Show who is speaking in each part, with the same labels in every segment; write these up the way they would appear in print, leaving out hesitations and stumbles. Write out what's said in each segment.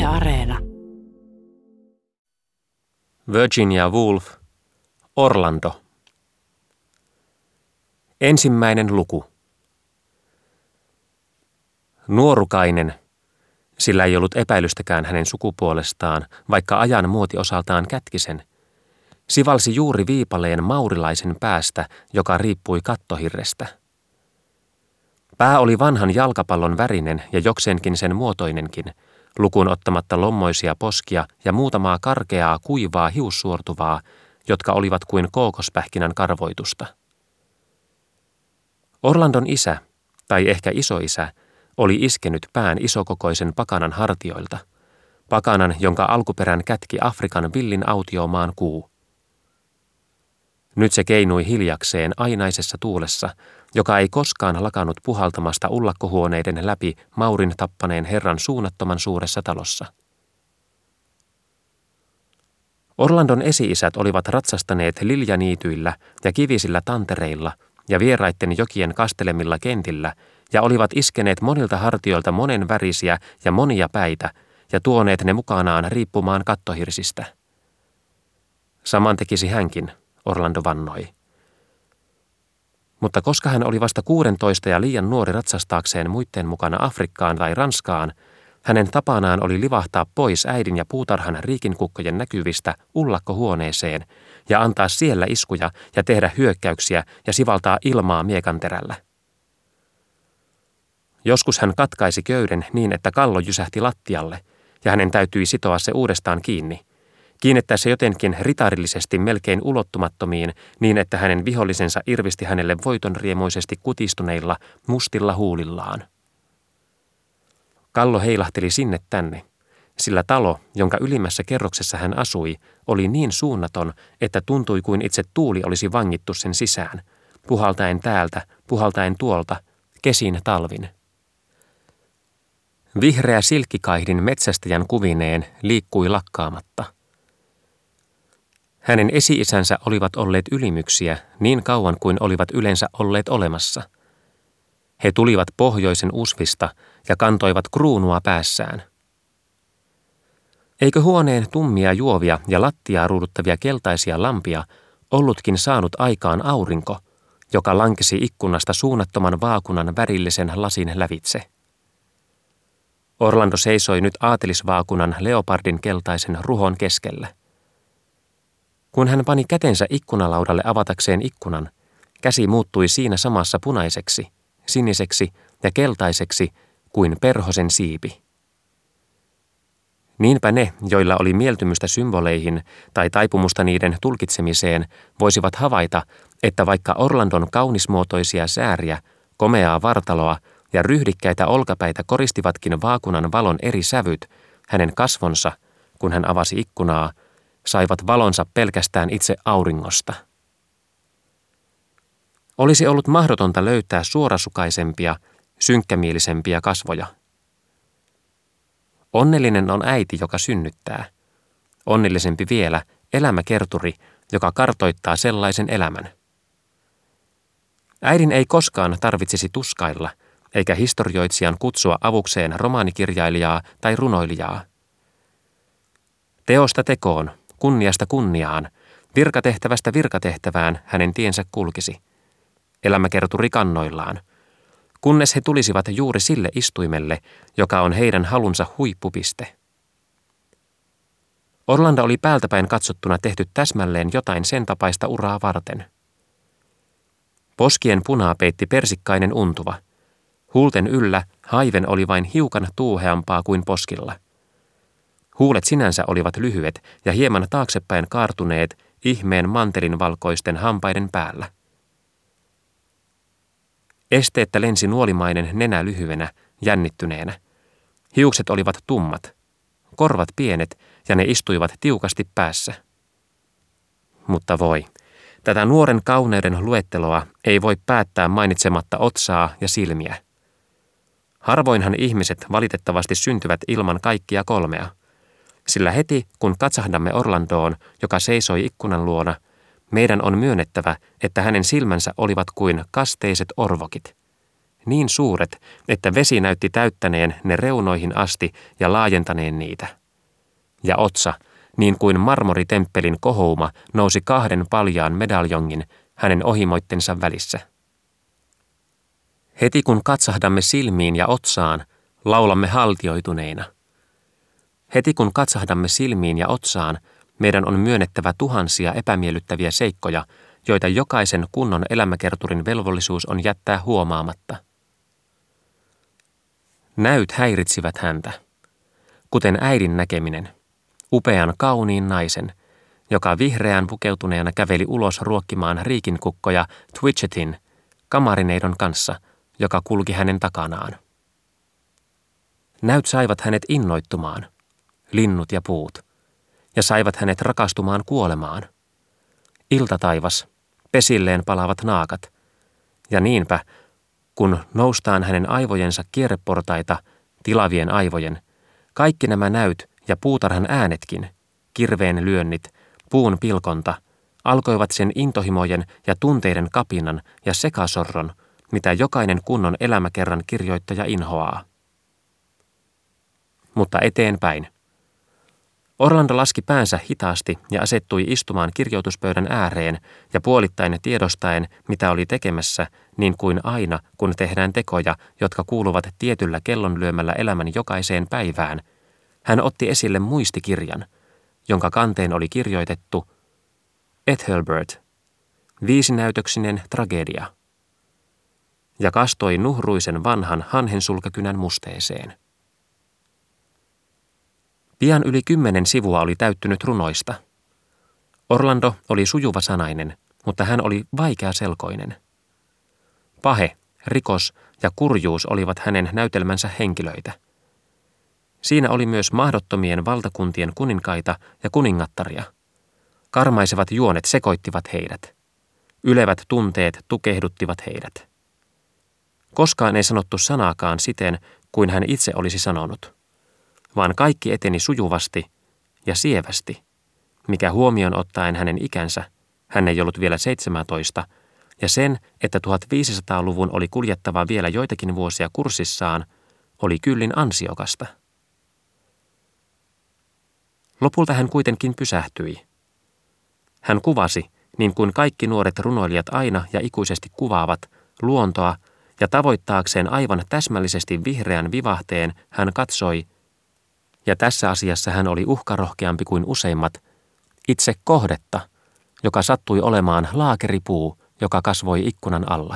Speaker 1: Areena.
Speaker 2: Virginia Woolf, Orlando. Ensimmäinen luku. Nuorukainen, sillä ei ollut epäilystäkään hänen sukupuolestaan, vaikka ajan muoti osaltaan kätki sen, sivalsi juuri viipaleen maurilaisen päästä, joka riippui kattohirrestä. Pää oli vanhan jalkapallon värinen ja jokseenkin sen muotoinenkin, lukuun ottamatta lommoisia poskia ja muutamaa karkeaa kuivaa hiussuortuvaa, jotka olivat kuin kookospähkinän karvoitusta. Orlandon isä, tai ehkä isoisä, oli iskenyt pään isokokoisen pakanan hartioilta, pakanan, jonka alkuperän kätki Afrikan villin autiomaan kuu. Nyt se keinui hiljakseen ainaisessa tuulessa, joka ei koskaan lakannut puhaltamasta ullakkohuoneiden läpi Maurin tappaneen herran suunnattoman suuressa talossa. Orlandon esi-isät olivat ratsastaneet liljaniityillä ja kivisillä tantereilla ja vieraitten jokien kastelemilla kentillä ja olivat iskeneet monilta hartioilta monenvärisiä ja monia päitä ja tuoneet ne mukanaan riippumaan kattohirsistä. Saman tekisi hänkin, Orlando vannoi. Mutta koska hän oli vasta 16 ja liian nuori ratsastaakseen muitten mukana Afrikkaan tai Ranskaan, hänen tapanaan oli livahtaa pois äidin ja puutarhan riikinkukkojen näkyvistä ullakkohuoneeseen ja antaa siellä iskuja ja tehdä hyökkäyksiä ja sivaltaa ilmaa miekanterällä. Joskus hän katkaisi köyden niin, että kallo jysähti lattialle ja hänen täytyi sitoa se uudestaan kiinni. Kiinnittää se jotenkin ritarillisesti melkein ulottumattomiin niin, että hänen vihollisensa irvisti hänelle voitonriemuisesti kutistuneilla mustilla huulillaan. Kallo heilahteli sinne tänne, sillä talo, jonka ylimmässä kerroksessa hän asui, oli niin suunnaton, että tuntui kuin itse tuuli olisi vangittu sen sisään, puhaltaen täältä, puhaltaen tuolta, kesin talvin. Vihreä silkkikaihdin metsästäjän kuvineen liikkui lakkaamatta. Hänen esi-isänsä olivat olleet ylimyksiä niin kauan kuin olivat yleensä olleet olemassa. He tulivat pohjoisen usvista ja kantoivat kruunua päässään. Eikö huoneen tummia juovia ja lattiaa ruuduttavia keltaisia lampia ollutkin saanut aikaan aurinko, joka lankesi ikkunasta suunnattoman vaakunan värillisen lasin lävitse? Orlando seisoi nyt aatelisvaakunan leopardin keltaisen ruhon keskellä. Kun hän pani kätensä ikkunalaudalle avatakseen ikkunan, käsi muuttui siinä samassa punaiseksi, siniseksi ja keltaiseksi kuin perhosen siipi. Niinpä ne, joilla oli mieltymystä symboleihin tai taipumusta niiden tulkitsemiseen, voisivat havaita, että vaikka Orlandon kaunismuotoisia sääriä, komeaa vartaloa ja ryhdikkäitä olkapäitä koristivatkin vaakunan valon eri sävyt, hänen kasvonsa, kun hän avasi ikkunaa, saivat valonsa pelkästään itse auringosta. Olisi ollut mahdotonta löytää suorasukaisempia, synkkämielisempiä kasvoja. Onnellinen on äiti, joka synnyttää. Onnellisempi vielä elämäkerturi, joka kartoittaa sellaisen elämän. Äidin ei koskaan tarvitsisi tuskailla, eikä historioitsijan kutsua avukseen romaanikirjailijaa tai runoilijaa. Teosta tekoon, kunniasta kunniaan, virkatehtävästä virkatehtävään hänen tiensä kulkisi. Elämäkerturi kannoillaan, kunnes he tulisivat juuri sille istuimelle, joka on heidän halunsa huippupiste. Orlando oli päältäpäin katsottuna tehty täsmälleen jotain sen tapaista uraa varten. Poskien punaa peitti persikkainen untuva. Huulten yllä haiven oli vain hiukan tuuheampaa kuin poskilla. Huulet sinänsä olivat lyhyet ja hieman taaksepäin kaartuneet ihmeen mantelin valkoisten hampaiden päällä. Esteettä lensi nuolimainen nenä lyhyenä, jännittyneenä. Hiukset olivat tummat, korvat pienet ja ne istuivat tiukasti päässä. Mutta voi, tätä nuoren kauneuden luetteloa ei voi päättää mainitsematta otsaa ja silmiä. Harvoinhan ihmiset valitettavasti syntyvät ilman kaikkia kolmea, sillä heti kun katsahdamme Orlandoon, joka seisoi ikkunan luona, meidän on myönnettävä, että hänen silmänsä olivat kuin kasteiset orvokit. Niin suuret, että vesi näytti täyttäneen ne reunoihin asti ja laajentaneen niitä. ja otsa, niin kuin marmoritemppelin kohouma, nousi 2 paljaan medaljongin hänen ohimoittensa välissä. Heti kun katsahdamme silmiin ja otsaan, laulamme haltioituneina. Heti kun katsahdamme silmiin ja otsaan, meidän on myönnettävä tuhansia epämiellyttäviä seikkoja, joita jokaisen kunnon elämäkerturin velvollisuus on jättää huomaamatta. Näyt häiritsivät häntä, kuten äidin näkeminen, upean kauniin naisen, joka vihreään pukeutuneena käveli ulos ruokkimaan riikinkukkoja Twitchetin, kamarineidon kanssa, joka kulki hänen takanaan. Näyt saivat hänet innoittumaan, linnut ja puut, ja saivat hänet rakastumaan kuolemaan. Iltataivas, pesilleen palavat naakat, ja niinpä, kun noustaan hänen aivojensa kierreportaita, tilavien aivojen, kaikki nämä näyt ja puutarhan äänetkin, kirveen lyönnit, puun pilkonta, alkoivat sen intohimojen ja tunteiden kapinan ja sekasorron, mitä jokainen kunnon elämäkerran kirjoittaja inhoaa. Mutta eteenpäin. Orlando laski päänsä hitaasti ja asettui istumaan kirjoituspöydän ääreen ja puolittain tiedostaen, mitä oli tekemässä, niin kuin aina, kun tehdään tekoja, jotka kuuluvat tietyllä kellonlyömällä elämän jokaiseen päivään, hän otti esille muistikirjan, jonka kanteen oli kirjoitettu Ethelbert, 5-näytöksinen tragedia, ja kastoi nuhruisen vanhan hanhensulkakynän musteeseen. Pian yli 10 sivua oli täyttynyt runoista. Orlando oli sujuvasanainen, mutta hän oli vaikeaselkoinen. Pahe, rikos ja kurjuus olivat hänen näytelmänsä henkilöitä. Siinä oli myös mahdottomien valtakuntien kuninkaita ja kuningattaria. Karmaisevat juonet sekoittivat heidät. Ylevät tunteet tukehduttivat heidät. Koskaan ei sanottu sanaakaan siten, kuin hän itse olisi sanonut, vaan kaikki eteni sujuvasti ja sievästi, mikä huomioon ottaen hänen ikänsä, hän ei ollut vielä 17, ja sen, että 1500-luvun oli kuljettava vielä joitakin vuosia kurssissaan, oli kyllin ansiokasta. Lopulta hän kuitenkin pysähtyi. Hän kuvasi, niin kuin kaikki nuoret runoilijat aina ja ikuisesti kuvaavat, luontoa, ja tavoittaakseen aivan täsmällisesti vihreän vivahteen hän katsoi, ja tässä asiassa hän oli uhkarohkeampi kuin useimmat, itse kohdetta, joka sattui olemaan laakeripuu, joka kasvoi ikkunan alla.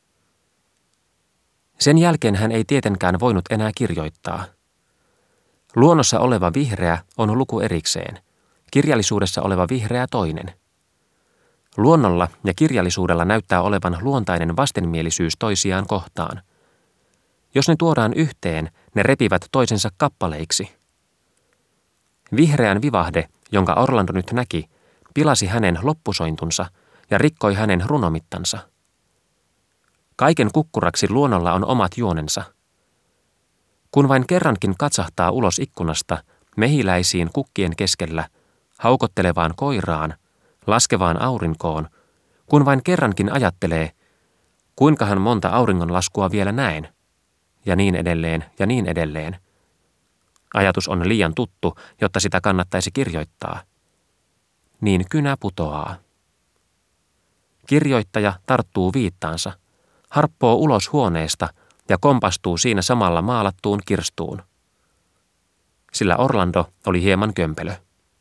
Speaker 2: Sen jälkeen hän ei tietenkään voinut enää kirjoittaa. Luonnossa oleva vihreä on luku erikseen, kirjallisuudessa oleva vihreä toinen. Luonnolla ja kirjallisuudella näyttää olevan luontainen vastenmielisyys toisiaan kohtaan. Jos ne tuodaan yhteen, ne repivät toisensa kappaleiksi. Vihreän vivahde, jonka Orlando nyt näki, pilasi hänen loppusointunsa ja rikkoi hänen runomittansa. Kaiken kukkuraksi luonnolla on omat juonensa. Kun vain kerrankin katsahtaa ulos ikkunasta, mehiläisiin kukkien keskellä, haukottelevaan koiraan, laskevaan aurinkoon, kun vain kerrankin ajattelee, kuinkahan monta auringonlaskua vielä näen, ja niin edelleen ja niin edelleen. Ajatus on liian tuttu, jotta sitä kannattaisi kirjoittaa. Niin kynä putoaa. Kirjoittaja tarttuu viittaansa, harppoo ulos huoneesta ja kompastuu siinä samalla maalattuun kirstuun. Sillä Orlando oli hieman kömpelö.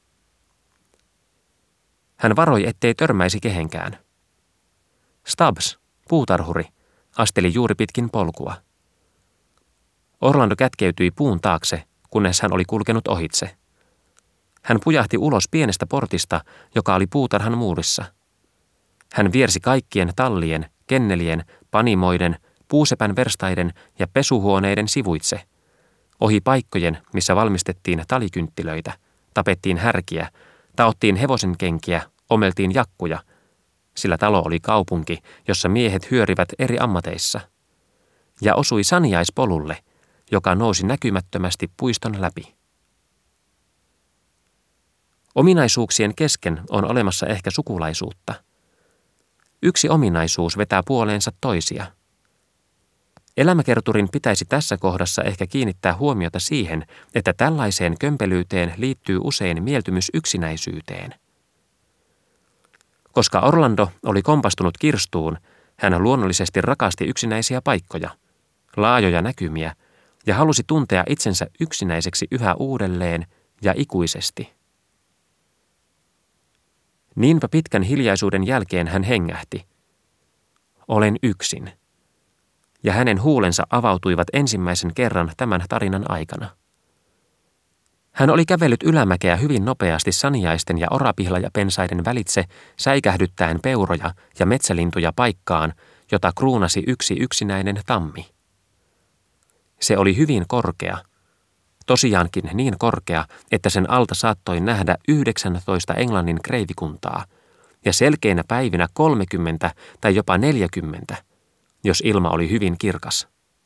Speaker 2: Hän varoi, ettei törmäisi kehenkään. Stubbs, puutarhuri, asteli juuri pitkin polkua. Orlando kätkeytyi puun taakse, kunnes hän oli kulkenut ohitse. Hän pujahti ulos pienestä portista, joka oli puutarhan muurissa. Hän viersi kaikkien tallien, kennelien, panimoiden, puusepän verstaiden ja pesuhuoneiden sivuitse. Ohi paikkojen, missä valmistettiin talikynttilöitä, tapettiin härkiä, taottiin hevosenkenkiä, omeltiin jakkuja, sillä talo oli kaupunki, jossa miehet hyörivät eri ammateissa. Ja osui saniaispolulle, joka nousi näkymättömästi puiston läpi. Ominaisuuksien kesken on olemassa ehkä sukulaisuutta. Yksi ominaisuus vetää puoleensa toisia. Elämäkerturin pitäisi tässä kohdassa ehkä kiinnittää huomiota siihen, että tällaiseen kömpelyyteen liittyy usein mieltymys yksinäisyyteen. Koska Orlando oli kompastunut kirstuun, hän luonnollisesti rakasti yksinäisiä paikkoja, laajoja näkymiä ja halusi tuntea itsensä yksinäiseksi yhä uudelleen ja ikuisesti. Niinpä pitkän hiljaisuuden jälkeen hän hengähti. Olen yksin. Ja hänen huulensa avautuivat ensimmäisen kerran tämän tarinan aikana. Hän oli kävellyt ylämäkeä hyvin nopeasti saniaisten ja orapihlajapensaiden välitse säikähdyttäen peuroja ja metsälintuja paikkaan, jota kruunasi yksi yksinäinen tammi. Se oli hyvin korkea, tosiaankin niin korkea, että sen alta saattoi nähdä 19 Englannin kreivikuntaa, ja selkeinä päivinä 30 tai jopa 40, jos ilma oli hyvin kirkas.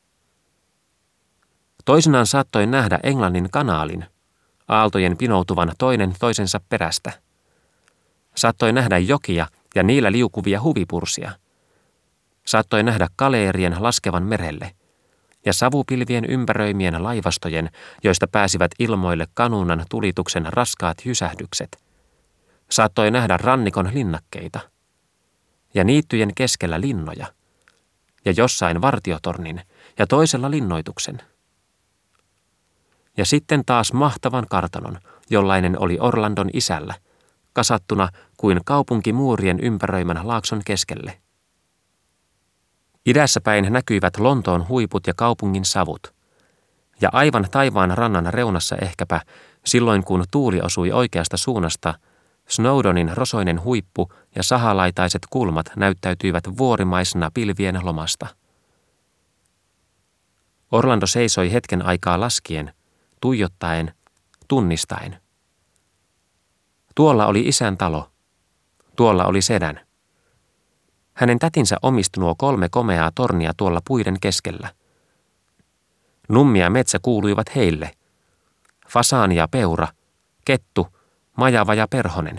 Speaker 2: Toisinaan saattoi nähdä Englannin kanaalin, aaltojen pinoutuvan toinen toisensa perästä. Saattoi nähdä jokia ja niillä liukuvia huvipursia. Saattoi nähdä kaleerien laskevan merelle ja savupilvien ympäröimien laivastojen, joista pääsivät ilmoille kanuunan tulituksen raskaat jysähdykset. Saattoi nähdä rannikon linnakkeita ja niittyjen keskellä linnoja ja jossain vartiotornin ja toisella linnoituksen. Ja sitten taas mahtavan kartanon, jollainen oli Orlandon isällä, kasattuna kuin kaupunkimuurien ympäröimän laakson keskelle. Idässä päin näkyivät Lontoon huiput ja kaupungin savut, ja aivan taivaan rannan reunassa ehkäpä, silloin kun tuuli osui oikeasta suunnasta, Snowdonin rosoinen huippu ja sahalaitaiset kulmat näyttäytyivät vuorimaisena pilvien lomasta. Orlando seisoi hetken aikaa laskien, tuijottaen, tunnistaen. Tuolla oli isän talo. Tuolla oli sedän. Hänen tätinsä omisti nuo 3 komeaa tornia tuolla puiden keskellä. Nummi ja metsä kuuluivat heille. Fasaani ja peura, kettu, majava ja perhonen.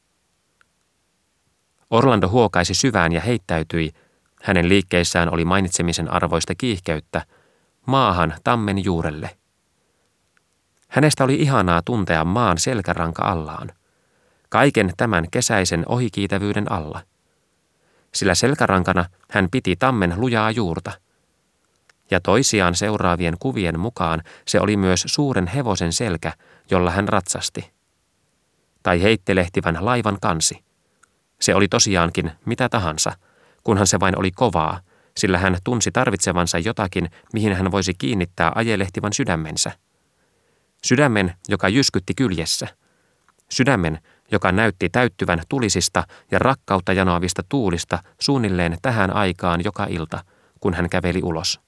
Speaker 2: Orlando huokaisi syvään ja heittäytyi, hänen liikkeissään oli mainitsemisen arvoista kiihkeyttä, maahan tammen juurelle. Hänestä oli ihanaa tuntea maan selkäranka allaan, kaiken tämän kesäisen ohikiitävyyden alla. Sillä selkärankana hän piti tammen lujaa juurta. Ja toisiaan seuraavien kuvien mukaan se oli myös suuren hevosen selkä, jolla hän ratsasti. Tai heittelehtivän laivan kansi. Se oli tosiaankin mitä tahansa, kunhan se vain oli kovaa, sillä hän tunsi tarvitsevansa jotakin, mihin hän voisi kiinnittää ajelehtivan sydämensä. Sydämen, joka jyskytti kyljessä. Sydämen, joka näytti täyttyvän tulisista ja rakkautta janoavista tuulista suunnilleen tähän aikaan joka ilta, kun hän käveli ulos.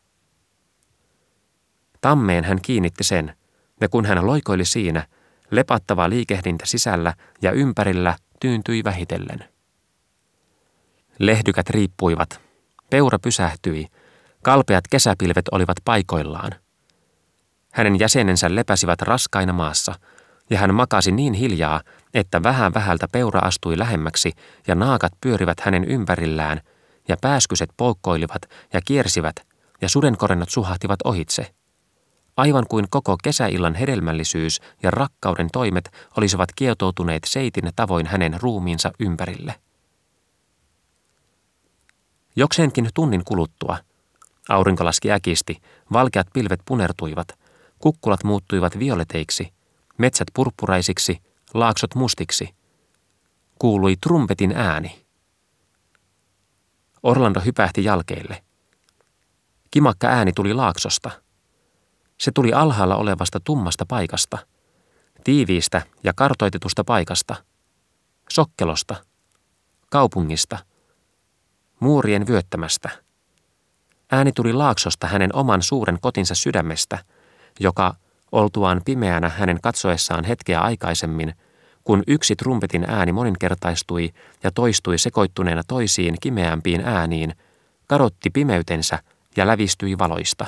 Speaker 2: Tammeen hän kiinnitti sen, ja kun hän loikoili siinä, lepattava liikehdintä sisällä ja ympärillä tyyntyi vähitellen. Lehdykät riippuivat, peura pysähtyi, kalpeat kesäpilvet olivat paikoillaan. Hänen jäsenensä lepäsivät raskaina maassa, ja hän makasi niin hiljaa, että vähän vähältä peura astui lähemmäksi ja naakat pyörivät hänen ympärillään, ja pääskyset poukkoilivat ja kiersivät, ja sudenkorennot suhahtivat ohitse. Aivan kuin koko kesäillan hedelmällisyys ja rakkauden toimet olisivat kietoutuneet seitin tavoin hänen ruumiinsa ympärille. Jokseenkin tunnin kuluttua, aurinko laski äkisti, valkeat pilvet punertuivat, kukkulat muuttuivat violeteiksi, metsät purppuraisiksi, laaksot mustiksi. Kuului trumpetin ääni. Orlando hypähti jalkeille. Kimakka ääni tuli laaksosta. Se tuli alhaalla olevasta tummasta paikasta, tiiviistä ja kartoitetusta paikasta, sokkelosta, kaupungista, muurien vyöttämästä. Ääni tuli laaksosta hänen oman suuren kotinsa sydämestä, joka, oltuaan pimeänä hänen katsoessaan hetkeä aikaisemmin, kun yksi trumpetin ääni moninkertaistui ja toistui sekoittuneena toisiin kimeämpiin ääniin, kadotti pimeytensä ja lävistyi valoista.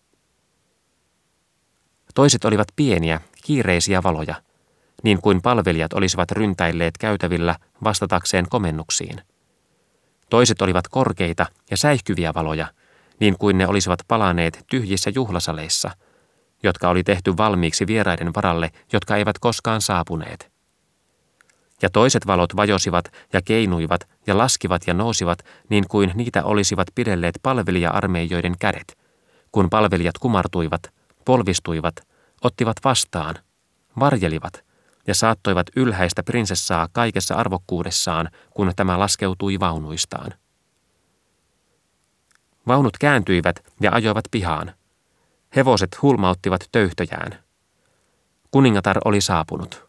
Speaker 2: Toiset olivat pieniä, kiireisiä valoja, niin kuin palvelijat olisivat ryntäilleet käytävillä vastatakseen komennuksiin. Toiset olivat korkeita ja säihkyviä valoja, niin kuin ne olisivat palaneet tyhjissä juhlasaleissa, jotka oli tehty valmiiksi vieraiden varalle, jotka eivät koskaan saapuneet. Ja toiset valot vajosivat ja keinuivat ja laskivat ja nousivat niin kuin niitä olisivat pidelleet palvelija-armeijoiden kädet, kun palvelijat kumartuivat, polvistuivat, ottivat vastaan, varjelivat ja saattoivat ylhäistä prinsessaa kaikessa arvokkuudessaan, kun tämä laskeutui vaunuistaan. Vaunut kääntyivät ja ajoivat pihaan. Hevoset hulmauttivat töyhtöjään. Kuningatar oli saapunut.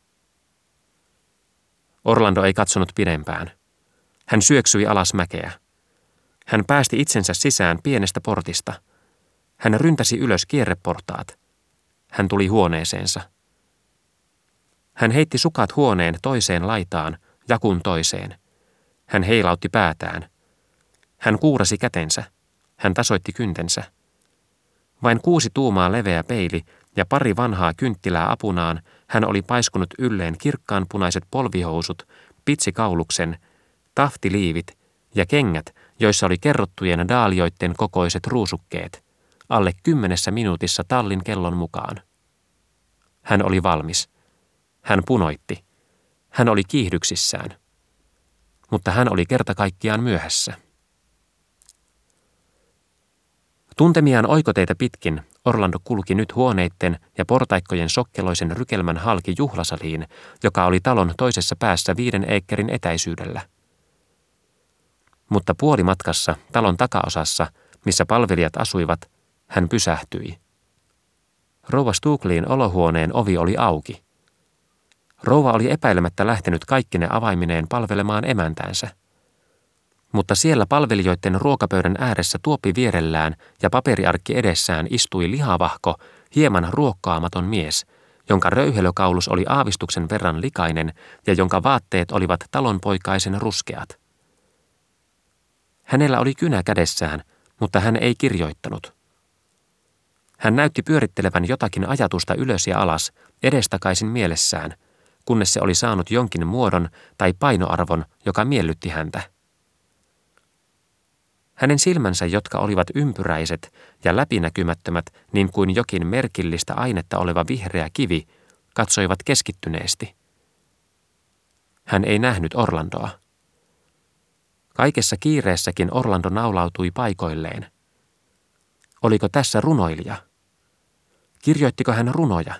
Speaker 2: Orlando ei katsonut pidempään. Hän syöksyi alas mäkeä. Hän päästi itsensä sisään pienestä portista. Hän ryntäsi ylös kierreportaat. Hän tuli huoneeseensa. Hän heitti sukat huoneen toiseen laitaan, jakun toiseen. Hän heilautti päätään. Hän kuurasi kätensä. Hän tasoitti kyntensä. Vain 6 tuumaa leveä peili ja pari vanhaa kynttilää apunaan hän oli paiskunut ylleen kirkkaanpunaiset polvihousut, pitsikauluksen, taftiliivit ja kengät, joissa oli kerrottujen daalioitten kokoiset ruusukkeet, alle 10 minuutissa tallin kellon mukaan. Hän oli valmis. Hän punoitti. Hän oli kiihdyksissään. Mutta hän oli kerta kaikkiaan myöhässä. Tuntemiaan oikoteita pitkin Orlando kulki nyt huoneitten ja portaikkojen sokkeloisen rykelmän halki juhlasaliin, joka oli talon toisessa päässä 5 eekkerin etäisyydellä. Mutta puolimatkassa talon takaosassa, missä palvelijat asuivat, hän pysähtyi. Rouva Stukelin olohuoneen ovi oli auki. Rouva oli epäilemättä lähtenyt kaikkine avaimineen palvelemaan emäntäänsä. Mutta siellä palvelijoiden ruokapöydän ääressä tuoppi vierellään ja paperiarkki edessään istui lihavahko, hieman ruokkaamaton mies, jonka röyhelökaulus oli aavistuksen verran likainen ja jonka vaatteet olivat talonpoikaisen ruskeat. Hänellä oli kynä kädessään, mutta hän ei kirjoittanut. Hän näytti pyörittelevän jotakin ajatusta ylös ja alas, edestakaisin mielessään, kunnes se oli saanut jonkin muodon tai painoarvon, joka miellytti häntä. Hänen silmänsä, jotka olivat ympyräiset ja läpinäkymättömät niin kuin jokin merkillistä ainetta oleva vihreä kivi, katsoivat keskittyneesti. Hän ei nähnyt Orlandoa. Kaikessa kiireessäkin Orlando naulautui paikoilleen. Oliko tässä runoilija? Kirjoittiko hän runoja?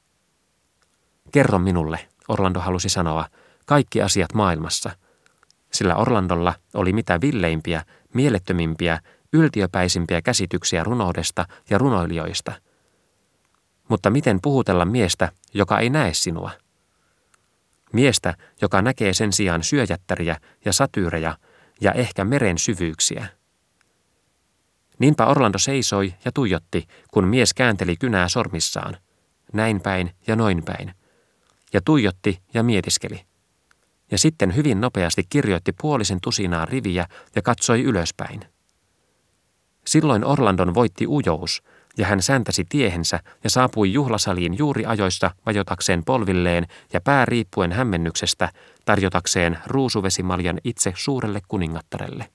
Speaker 2: Kerro minulle, Orlando halusi sanoa, kaikki asiat maailmassa, sillä Orlandolla oli mitä villeimpiä, mielettömimpiä, yltiöpäisimpiä käsityksiä runoudesta ja runoilijoista. Mutta miten puhutella miestä, joka ei näe sinua? Miestä, joka näkee sen sijaan syöjättäriä ja satyyreja ja ehkä meren syvyyksiä. Niinpä Orlando seisoi ja tuijotti, kun mies käänteli kynää sormissaan, näin päin ja noin päin, ja tuijotti ja mietiskeli. Ja sitten hyvin nopeasti kirjoitti 50 riviä ja katsoi ylöspäin. Silloin Orlandon voitti ujous, ja hän säntäsi tiehensä ja saapui juhlasaliin juuri ajoissa vajotakseen polvilleen ja pää riippuen hämmennyksestä tarjotakseen ruusuvesimaljan itse suurelle kuningattarelle.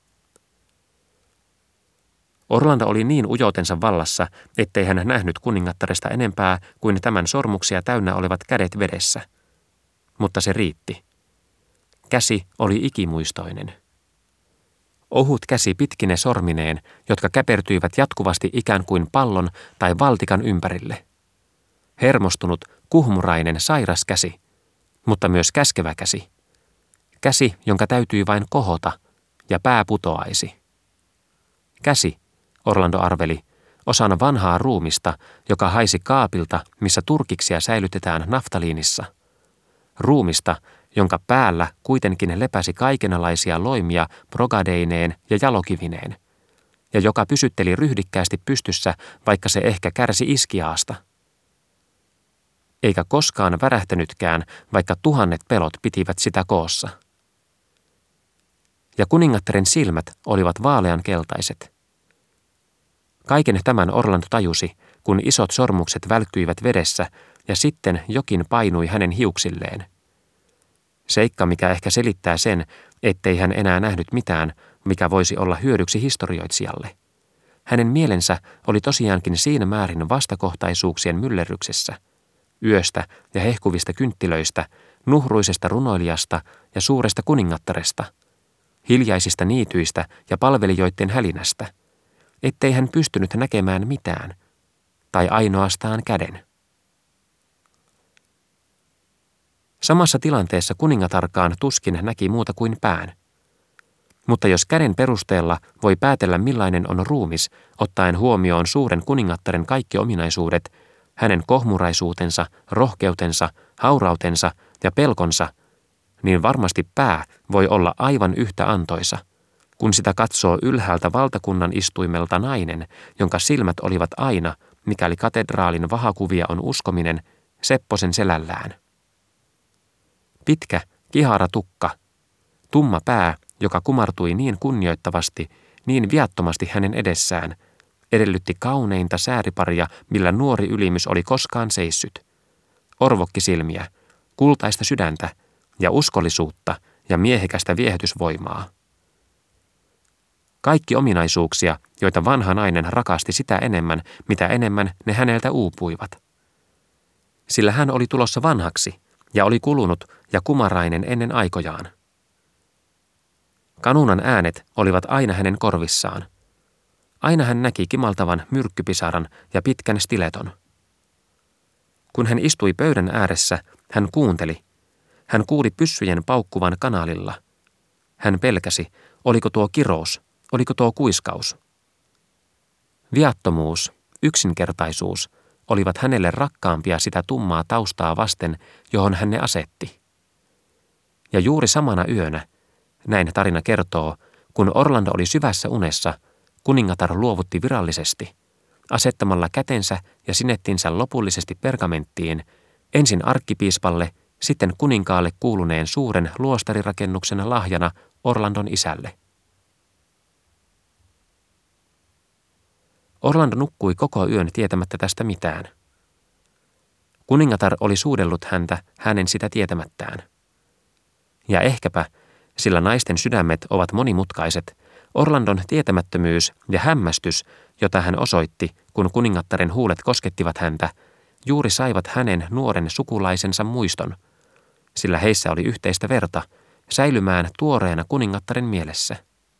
Speaker 2: Orlando oli niin ujoutensa vallassa, ettei hän nähnyt kuningattaresta enempää kuin tämän sormuksia täynnä olevat kädet vedessä. Mutta se riitti. Käsi oli ikimuistoinen. Ohut käsi pitkine sormineen, jotka käpertyivät jatkuvasti ikään kuin pallon tai valtikan ympärille. Hermostunut, kuhmurainen, sairas käsi, mutta myös käskevä käsi. Käsi, jonka täytyi vain kohota, ja pää putoaisi. Käsi, Orlando arveli, osana vanhaa ruumista, joka haisi kaapilta, missä turkiksia säilytetään naftaliinissa. Ruumista, jonka päällä kuitenkin lepäsi kaikenlaisia loimia progadeineen ja jalokivineen, ja joka pysytteli ryhdikkäästi pystyssä, vaikka se ehkä kärsi iskiaasta. Eikä koskaan värähtänytkään, vaikka 1000 pelot pitivät sitä koossa. Ja kuningattaren silmät olivat vaaleankeltaiset. Kaiken tämän Orlando tajusi, kun isot sormukset välkkyivät vedessä ja sitten jokin painui hänen hiuksilleen. Seikka, mikä ehkä selittää sen, ettei hän enää nähnyt mitään, mikä voisi olla hyödyksi historioitsijalle. Hänen mielensä oli tosiaankin siinä määrin vastakohtaisuuksien myllerryksessä, yöstä ja hehkuvista kynttilöistä, nuhruisesta runoilijasta ja suuresta kuningattaresta, hiljaisista niityistä ja palvelijoiden hälinästä, ettei hän pystynyt näkemään mitään, tai ainoastaan käden. Samassa tilanteessa kuningatarkaan tuskin näki muuta kuin pään. Mutta jos käden perusteella voi päätellä millainen on ruumis, ottaen huomioon suuren kuningattaren kaikki ominaisuudet, hänen kohmuraisuutensa, rohkeutensa, haurautensa ja pelkonsa, niin varmasti pää voi olla aivan yhtä antoisa, kun sitä katsoo ylhäältä valtakunnan istuimelta nainen, jonka silmät olivat aina, mikäli katedraalin vahakuvia on uskominen, Sepposen selällään. Pitkä, kihara tukka, tumma pää, joka kumartui niin kunnioittavasti, niin viattomasti hänen edessään, edellytti kauneinta sääriparia, millä nuori ylimys oli koskaan seissyt. Orvokkisilmiä, kultaista sydäntä ja uskollisuutta ja miehekästä viehätysvoimaa. Kaikki ominaisuuksia, joita vanha nainen rakasti sitä enemmän, mitä enemmän ne häneltä uupuivat. Sillä hän oli tulossa vanhaksi ja oli kulunut ja kumarainen ennen aikojaan. Kanuunan äänet olivat aina hänen korvissaan. Aina hän näki kimaltavan myrkkypisaran ja pitkän stileton. Kun hän istui pöydän ääressä, hän kuunteli. Hän kuuli pyssyjen paukkuvan kanaalilla. Hän pelkäsi, oliko tuo kirous, oliko tuo kuiskaus. Viattomuus, yksinkertaisuus olivat hänelle rakkaampia sitä tummaa taustaa vasten, johon hän ne asetti. Ja juuri samana yönä, näin tarina kertoo, kun Orlando oli syvässä unessa, kuningatar luovutti virallisesti, asettamalla kätensä ja sinettinsä lopullisesti pergamenttiin, ensin arkkipiispalle, sitten kuninkaalle kuuluneen suuren luostarirakennuksen lahjana Orlandon isälle. Orlando nukkui koko yön tietämättä tästä mitään. Kuningatar oli suudellut häntä hänen sitä tietämättään. Ja ehkäpä, sillä naisten sydämet ovat monimutkaiset, Orlandon tietämättömyys ja hämmästys, jota hän osoitti, kun kuningattaren huulet koskettivat häntä, juuri saivat hänen nuoren sukulaisensa muiston, sillä heissä oli yhteistä verta, säilymään tuoreena kuningattaren mielessä.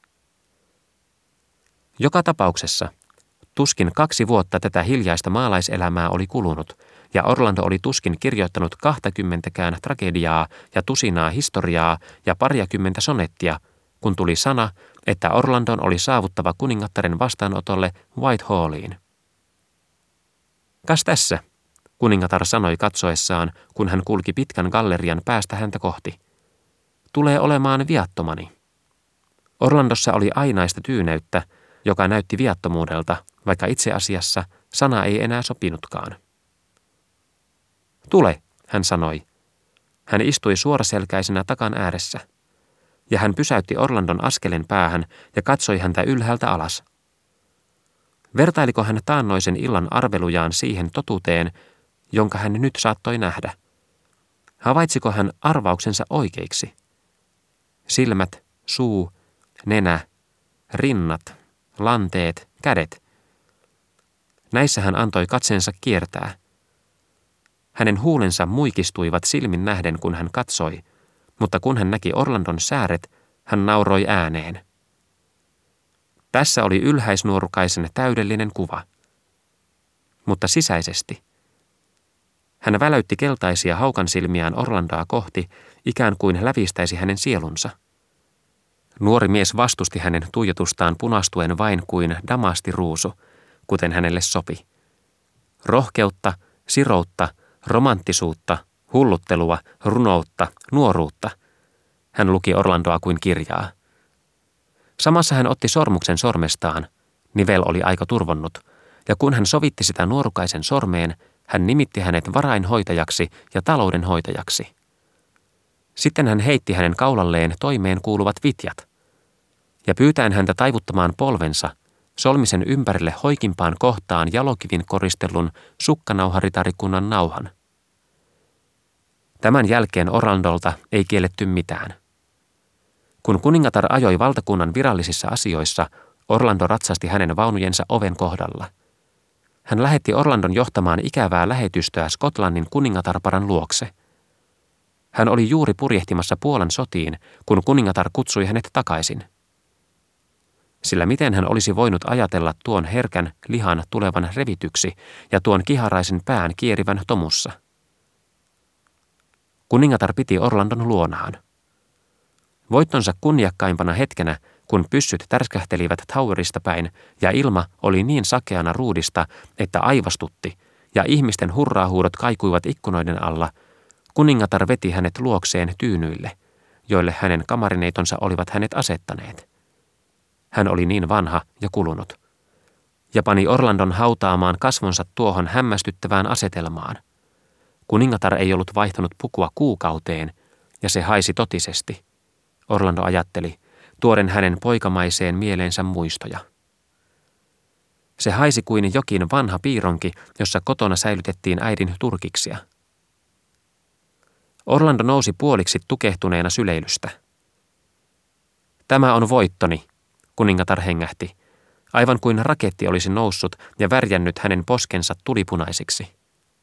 Speaker 2: Joka tapauksessa, tuskin 2 vuotta tätä hiljaista maalaiselämää oli kulunut, ja Orlando oli tuskin kirjoittanut 20 tragediaa ja tusinaa historiaa ja 20 sonettia, kun tuli sana, että Orlandon oli saavuttava kuningattaren vastaanotolle Whitehalliin. Kas tässä, kuningatar sanoi katsoessaan, kun hän kulki pitkän gallerian päästä häntä kohti. Tulee olemaan viattomani. Orlandossa oli ainaista tyyneyttä, joka näytti viattomuudelta, vaikka itse asiassa sana ei enää sopinutkaan. Tule, hän sanoi. Hän istui suoraselkäisenä takan ääressä. Ja hän pysäytti Orlandon askelen päähän ja katsoi häntä ylhäältä alas. Vertailiko hän taannoisen illan arvelujaan siihen totuuteen, jonka hän nyt saattoi nähdä? Havaitsiko hän arvauksensa oikeiksi? Silmät, suu, nenä, rinnat, lanteet, kädet. Näissä hän antoi katseensa kiertää. Hänen huulensa muikistuivat silmin nähden, kun hän katsoi, mutta kun hän näki Orlandon sääret, hän nauroi ääneen. Tässä oli ylhäisnuorukaisen täydellinen kuva. Mutta sisäisesti. Hän väläytti keltaisia haukansilmiään Orlandoa kohti, ikään kuin lävistäisi hänen sielunsa. Nuori mies vastusti hänen tuijotustaan punastuen vain kuin damastiruusu, kuten hänelle sopi. Rohkeutta, siroutta, romanttisuutta, hulluttelua, runoutta, nuoruutta. Hän luki Orlandoa kuin kirjaa. Samassa hän otti sormuksen sormestaan, nivel oli aika turvonnut, ja kun hän sovitti sitä nuorukaisen sormeen, hän nimitti hänet varainhoitajaksi ja taloudenhoitajaksi. Sitten hän heitti hänen kaulalleen toimeen kuuluvat vitjat, ja pyytäen häntä taivuttamaan polvensa, solmi sen ympärille hoikimpaan kohtaan jalokivin koristellun sukkanauharitarikunnan nauhan. Tämän jälkeen Orlandolta ei kielletty mitään. Kun kuningatar ajoi valtakunnan virallisissa asioissa, Orlando ratsasti hänen vaunujensa oven kohdalla. Hän lähetti Orlandon johtamaan ikävää lähetystöä Skotlannin kuningatarparan luokse. Hän oli juuri purjehtimassa Puolan sotiin, kun kuningatar kutsui hänet takaisin. Sillä miten hän olisi voinut ajatella tuon herkän lihan tulevan revityksi ja tuon kiharaisen pään kierivän tomussa? Kuningatar piti Orlandon luonaan. Voittonsa kunniakkaimpana hetkenä, kun pyssyt tärskähtelivät Towerista päin ja ilma oli niin sakeana ruudista, että aivastutti ja ihmisten hurraahuudot kaikuivat ikkunoiden alla, kuningatar veti hänet luokseen tyynyille, joille hänen kamarineitonsa olivat hänet asettaneet. Hän oli niin vanha ja kulunut. Ja pani Orlandon hautaamaan kasvonsa tuohon hämmästyttävään asetelmaan. Kuningatar ei ollut vaihtanut pukua kuukauteen, ja se haisi totisesti. Orlando ajatteli, tuoden hänen poikamaiseen mieleensä muistoja. Se haisi kuin jokin vanha piironki, jossa kotona säilytettiin äidin turkiksia. Orlando nousi puoliksi tukehtuneena syleilystä. Tämä on voittoni, kuningatar hengähti, aivan kuin raketti olisi noussut ja värjännyt hänen poskensa tulipunaisiksi.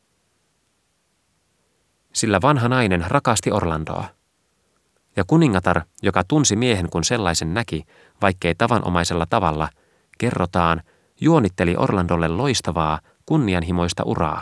Speaker 2: Sillä vanha nainen rakasti Orlandoa. Ja kuningatar, joka tunsi miehen kun sellaisen näki, vaikkei tavanomaisella tavalla, kerrotaan, juonitteli Orlandolle loistavaa, kunnianhimoista uraa.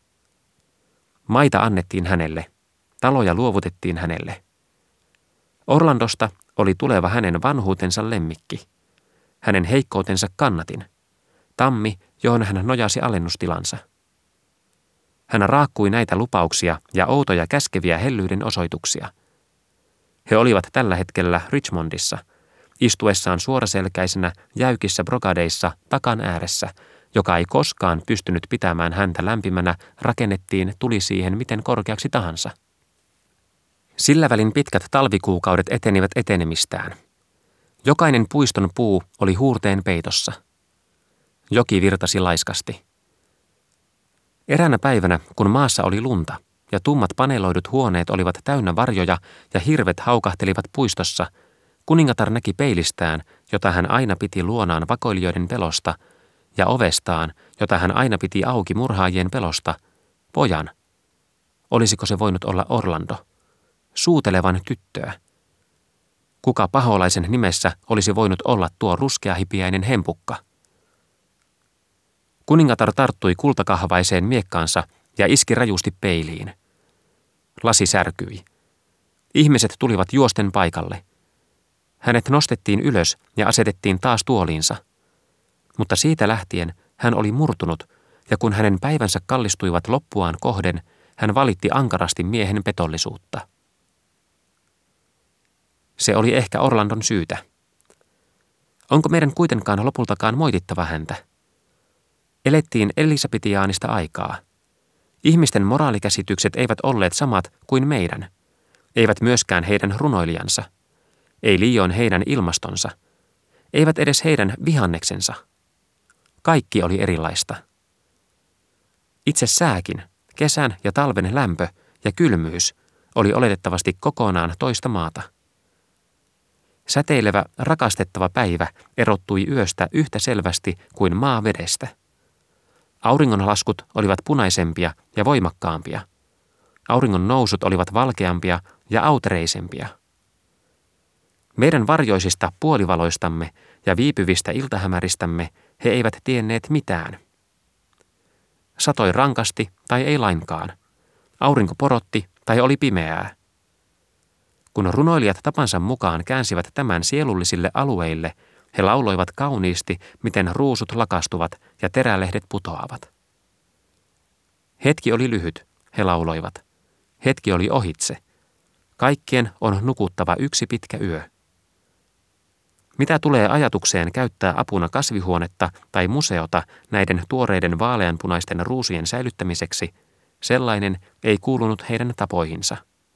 Speaker 2: Maita annettiin hänelle, taloja luovutettiin hänelle. Orlandosta oli tuleva hänen vanhuutensa lemmikki, hänen heikkoutensa kannatin, tammi, johon hän nojasi alennustilansa. Hän raakkui näitä lupauksia ja outoja käskeviä hellyyden osoituksia. He olivat tällä hetkellä Richmondissa, istuessaan suoraselkäisenä jäykissä brokadeissa takan ääressä, joka ei koskaan pystynyt pitämään häntä lämpimänä, rakennettiin tuli siihen miten korkeaksi tahansa. Sillä välin pitkät talvikuukaudet etenivät etenemistään. Jokainen puiston puu oli huurteen peitossa. Joki virtasi laiskasti. Eräänä päivänä, kun maassa oli lunta ja tummat paneeloidut huoneet olivat täynnä varjoja ja hirvet haukahtelivat puistossa, kuningatar näki peilistään, jota hän aina piti luonaan vakoilijoiden pelosta, ja ovestaan, jota hän aina piti auki murhaajien pelosta, pojan. Olisiko se voinut olla Orlando? Suutelevan tyttöä. Kuka paholaisen nimessä olisi voinut olla tuo ruskeahipiäinen hempukka? Kuningatar tarttui kultakahvaiseen miekkaansa ja iski rajusti peiliin. Lasi särkyi. Ihmiset tulivat juosten paikalle. Hänet nostettiin ylös ja asetettiin taas tuoliinsa. Mutta siitä lähtien hän oli murtunut, ja kun hänen päivänsä kallistuivat loppuaan kohden, hän valitti ankarasti miehen petollisuutta. Se oli ehkä Orlandon syytä. Onko meidän kuitenkaan lopultakaan moitittava häntä? Elettiin elisabetiaanista aikaa. Ihmisten moraalikäsitykset eivät olleet samat kuin meidän. Eivät myöskään heidän runoilijansa. Ei liioin heidän ilmastonsa. Eivät edes heidän vihanneksensa. Kaikki oli erilaista. Itse sääkin, kesän ja talven lämpö ja kylmyys oli oletettavasti kokonaan toista maata. Säteilevä, rakastettava päivä erottui yöstä yhtä selvästi kuin maa vedestä. Auringonlaskut olivat punaisempia ja voimakkaampia. Auringon nousut olivat valkeampia ja autereisempia. Meidän varjoisista puolivaloistamme ja viipyvistä iltahämäristämme he eivät tienneet mitään. Satoi rankasti tai ei lainkaan. Aurinko porotti tai oli pimeää. Kun runoilijat tapansa mukaan käänsivät tämän sielullisille alueille, he lauloivat kauniisti, miten ruusut lakastuvat ja terälehdet putoavat. Hetki oli lyhyt, he lauloivat. Hetki oli ohitse. Kaikkien on nukuttava yksi pitkä yö. Mitä tulee ajatukseen käyttää apuna kasvihuonetta tai museota näiden tuoreiden vaaleanpunaisten ruusujen säilyttämiseksi, sellainen ei kuulunut heidän tapoihinsa.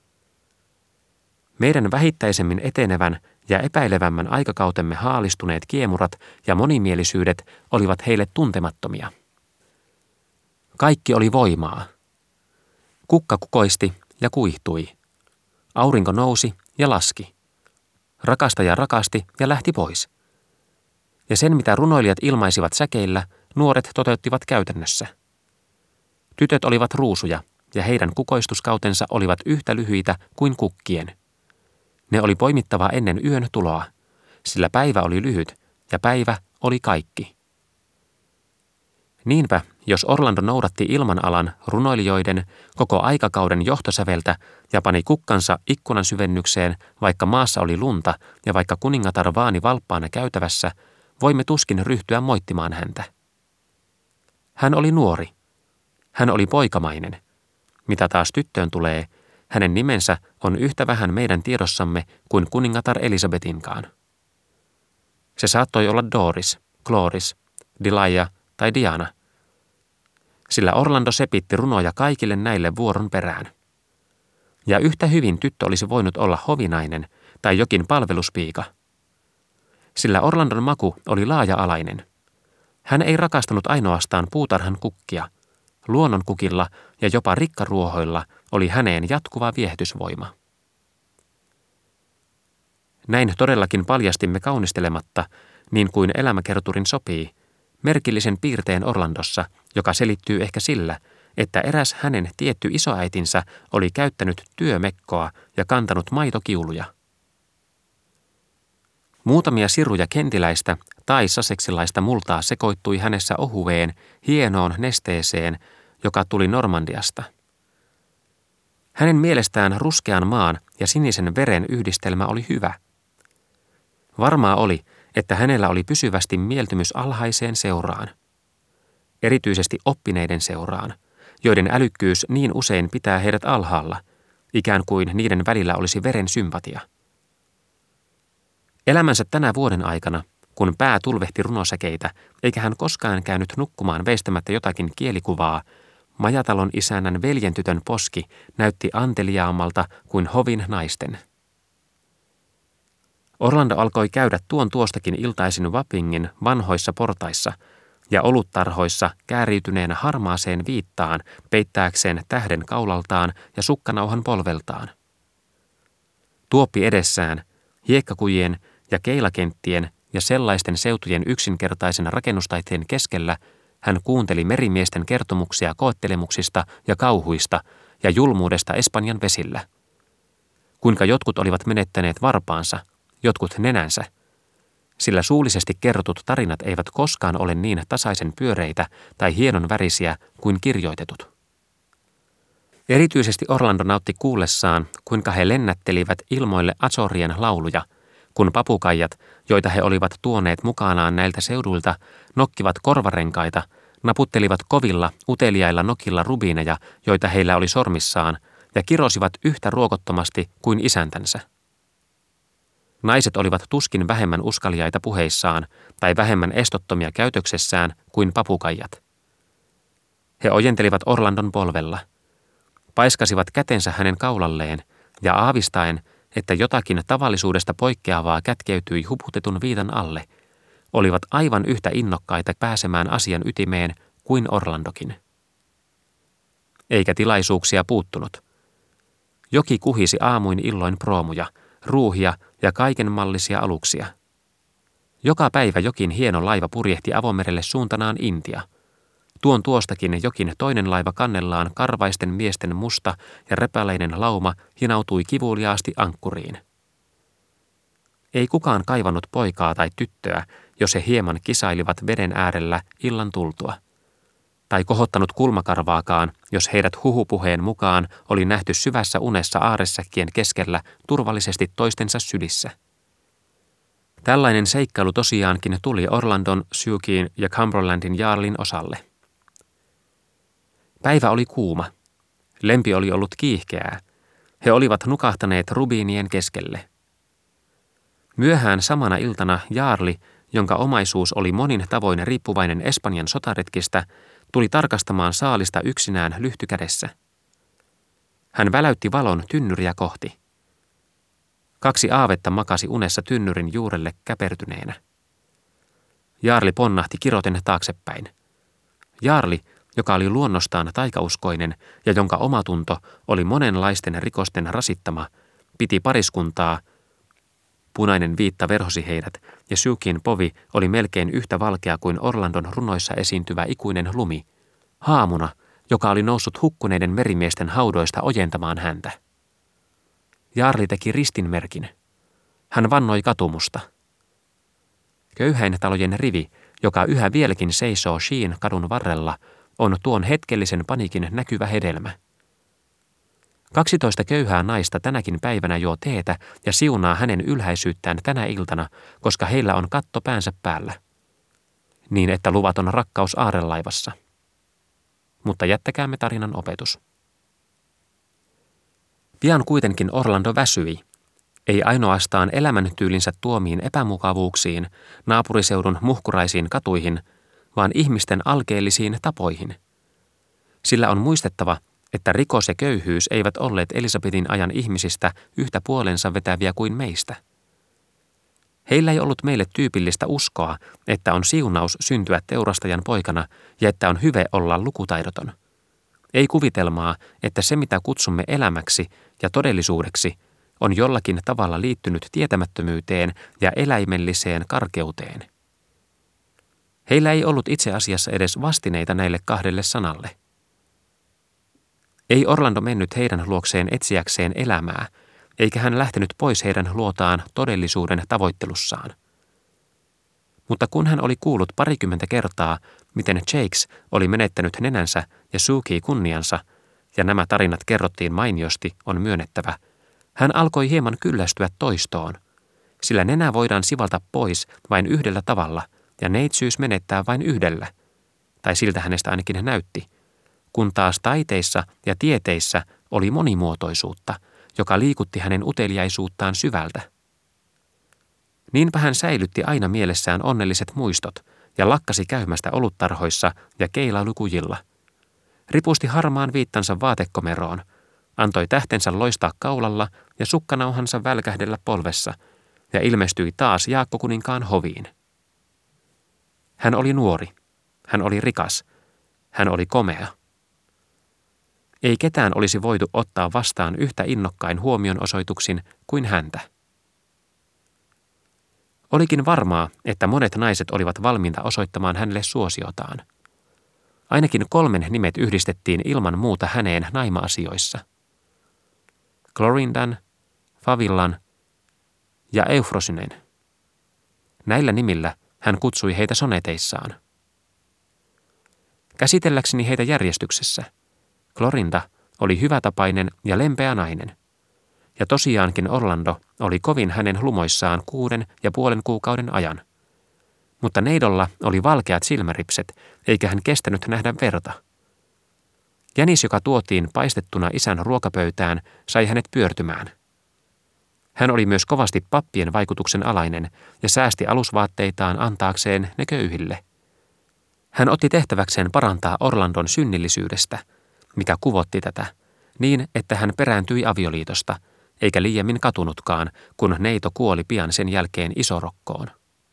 Speaker 2: Meidän vähittäisemmin etenevän ja epäilevämmän aikakautemme haalistuneet kiemurat ja monimielisyydet olivat heille tuntemattomia. Kaikki oli voimaa. Kukka kukoisti ja kuihtui. Aurinko nousi ja laski. Rakastaja rakasti ja lähti pois. Ja sen, mitä runoilijat ilmaisivat säkeillä, nuoret toteuttivat käytännössä. Tytöt olivat ruusuja, ja heidän kukoistuskautensa olivat yhtä lyhyitä kuin kukkien. Ne oli poimittava ennen yön tuloa, sillä päivä oli lyhyt, ja päivä oli kaikki. Niinpä, jos Orlando noudatti ilmanalan runoilijoiden koko aikakauden johtosäveltä ja pani kukkansa ikkunan syvennykseen, vaikka maassa oli lunta ja vaikka kuningatar vaani valppaana käytävässä, voimme tuskin ryhtyä moittimaan häntä. Hän oli nuori. Hän oli poikamainen. Mitä taas tyttöön tulee, hänen nimensä on yhtä vähän meidän tiedossamme kuin kuningatar Elisabetinkaan. Se saattoi olla Doris, Chloris, Delia tai Diana, sillä Orlando sepitti runoja kaikille näille vuoron perään. Ja yhtä hyvin tyttö olisi voinut olla hovinainen tai jokin palveluspiika, sillä Orlandon maku oli laaja-alainen. Hän ei rakastanut ainoastaan puutarhan kukkia. Luonnonkukilla ja jopa rikkaruohoilla oli häneen jatkuva viehätysvoima. Näin todellakin paljastimme kaunistelematta, niin kuin elämäkerturin sopii, merkillisen piirteen Orlandossa, joka selittyy ehkä sillä, että eräs hänen tietty isoäitinsä oli käyttänyt työmekkoa ja kantanut maitokiuluja. Muutamia siruja kentiläistä tai saseksilaista multaa sekoittui hänessä ohueen, hienoon nesteeseen, joka tuli Normandiasta. Hänen mielestään ruskean maan ja sinisen veren yhdistelmä oli hyvä. Varmaa oli, että hänellä oli pysyvästi mieltymys alhaiseen seuraan. Erityisesti oppineiden seuraan, joiden älykkyys niin usein pitää heidät alhaalla, ikään kuin niiden välillä olisi veren sympatia. Elämänsä tänä vuoden aikana, kun pää tulvehti runosäkeitä, eikä hän koskaan käynyt nukkumaan veistämättä jotakin kielikuvaa, majatalon isännän veljentytön poski näytti anteliaammalta kuin hovin naisten. Orlando alkoi käydä tuostakin iltaisin Wappingin vanhoissa portaissa ja oluttarhoissa kääriytyneenä harmaaseen viittaan peittääkseen tähden kaulaltaan ja sukkanauhan polveltaan. Tuoppi edessään, hiekkakujien ja keilakenttien ja sellaisten seutujen yksinkertaisen rakennustaiteen keskellä hän kuunteli merimiesten kertomuksia koettelemuksista ja kauhuista ja julmuudesta Espanjan vesillä. Kuinka jotkut olivat menettäneet varpaansa, jotkut nenänsä, sillä suullisesti kerrotut tarinat eivät koskaan ole niin tasaisen pyöreitä tai hienon värisiä kuin kirjoitetut. Erityisesti Orlando nautti kuullessaan, kuinka he lennättelivät ilmoille Azorien lauluja, kun papukaijat, joita he olivat tuoneet mukanaan näiltä seuduilta, nokkivat korvarenkaita, naputtelivat kovilla, uteliailla nokilla rubiineja, joita heillä oli sormissaan, ja kirosivat yhtä ruokottomasti kuin isäntänsä. Naiset olivat tuskin vähemmän uskaliaita puheissaan tai vähemmän estottomia käytöksessään kuin papukaijat. He ojentelivat Orlandon polvella, paiskasivat kätensä hänen kaulalleen ja aavistaen, että jotakin tavallisuudesta poikkeavaa kätkeytyi huputetun viitan alle, olivat aivan yhtä innokkaita pääsemään asian ytimeen kuin Orlandokin. Eikä tilaisuuksia puuttunut. Joki kuhisi aamuin illoin proomuja, ruuhia ja kaikenmallisia aluksia. Joka päivä jokin hieno laiva purjehti avomerelle suuntanaan Intia. Tuostakin jokin toinen laiva kannellaan karvaisten miesten musta ja repäleinen lauma hinautui kivuliaasti ankkuriin. Ei kukaan kaivannut poikaa tai tyttöä, jos he hieman kisailivat veden äärellä illan tultua. Tai kohottanut kulmakarvaakaan, jos heidät huhupuheen mukaan oli nähty syvässä unessa aarresäkkien keskellä turvallisesti toistensa sylissä. Tällainen seikkailu tosiaankin tuli Orlandon, Sukein ja Cumberlandin jaarlin osalle. Päivä oli kuuma. Lempi oli ollut kiihkeää. He olivat nukahtaneet rubiinien keskelle. Myöhään samana iltana jaarli, jonka omaisuus oli monin tavoin riippuvainen Espanjan sotaretkistä, tuli tarkastamaan saalista yksinään lyhtykädessä. Hän väläytti valon tynnyriä kohti. 2 aavetta makasi unessa tynnyrin juurelle käpertyneenä. Jaarli ponnahti kiroten taaksepäin. Jaarli, joka oli luonnostaan taikauskoinen ja jonka omatunto oli monenlaisten rikosten rasittama, piti pariskuntaa, Punainen viitta verhosi heidät, ja Sukin povi oli melkein yhtä valkea kuin Orlandon runoissa esiintyvä ikuinen lumi, haamuna, joka oli noussut hukkuneiden merimiesten haudoista ojentamaan häntä. Jaarli teki ristinmerkin. Hän vannoi katumusta. Köyhäintalojen rivi, joka yhä vieläkin seisoo Sheen kadun varrella, on tuon hetkellisen paniikin näkyvä hedelmä. 12 köyhää naista tänäkin päivänä juo teetä ja siunaa hänen ylhäisyyttään tänä iltana, koska heillä on katto päänsä päällä. Niin, että luvaton rakkaus aarelaivassa. Mutta jättäkäämme tarinan opetus. Pian kuitenkin Orlando väsyi. Ei ainoastaan elämäntyylinsä tuomiin epämukavuuksiin, naapuriseudun muhkuraisiin katuihin, vaan ihmisten alkeellisiin tapoihin. Sillä on muistettava, että rikos ja köyhyys eivät olleet Elisabetin ajan ihmisistä yhtä puolensa vetäviä kuin meistä. Heillä ei ollut meille tyypillistä uskoa, että on siunaus syntyä teurastajan poikana ja että on hyve olla lukutaidoton. Ei kuvitelmaa, että se mitä kutsumme elämäksi ja todellisuudeksi on jollakin tavalla liittynyt tietämättömyyteen ja eläimelliseen karkeuteen. Heillä ei ollut itse asiassa edes vastineita näille kahdelle sanalle. Ei Orlando mennyt heidän luokseen etsiäkseen elämää, eikä hän lähtenyt pois heidän luotaan todellisuuden tavoittelussaan. Mutta kun hän oli kuullut 20 kertaa, miten Jakes oli menettänyt nenänsä ja Suki kunniansa, ja nämä tarinat kerrottiin mainiosti, on myönnettävä, hän alkoi hieman kyllästyä toistoon, sillä nenä voidaan sivalta pois vain yhdellä tavalla ja neitsyys menettää vain yhdellä, tai siltä hänestä ainakin näytti, kun taas taiteissa ja tieteissä oli monimuotoisuutta, joka liikutti hänen uteliaisuuttaan syvältä. Niinpä hän säilytti aina mielessään onnelliset muistot ja lakkasi käymästä oluttarhoissa ja keilaalukujilla. Ripusti harmaan viittansa vaatekomeroon, antoi tähtensä loistaa kaulalla ja sukkanauhansa välkähdellä polvessa ja ilmestyi taas Jaakko-kuninkaan hoviin. Hän oli nuori, hän oli rikas, hän oli komea. Ei ketään olisi voitu ottaa vastaan yhtä innokkain huomionosoituksin kuin häntä. Olikin varmaa, että monet naiset olivat valmiita osoittamaan hänelle suosiotaan. Ainakin 3 nimet yhdistettiin ilman muuta häneen naima-asioissa. Clorindan, Favillan ja Eufrosynen. Näillä nimillä hän kutsui heitä soneteissaan. Käsitelläkseni heitä järjestyksessä. Clorinda oli hyvätapainen ja lempeä nainen. Ja tosiaankin Orlando oli kovin hänen lumoissaan 6,5 kuukauden ajan. Mutta neidolla oli valkeat silmäripset, eikä hän kestänyt nähdä verta. Jänis, joka tuotiin paistettuna isän ruokapöytään, sai hänet pyörtymään. Hän oli myös kovasti pappien vaikutuksen alainen ja säästi alusvaatteitaan antaakseen ne köyhille. Hän otti tehtäväkseen parantaa Orlandon synnillisyydestä, mikä kuvotti tätä, niin että hän perääntyi avioliitosta, eikä liiemmin katunutkaan, kun neito kuoli pian sen jälkeen isorokkoon.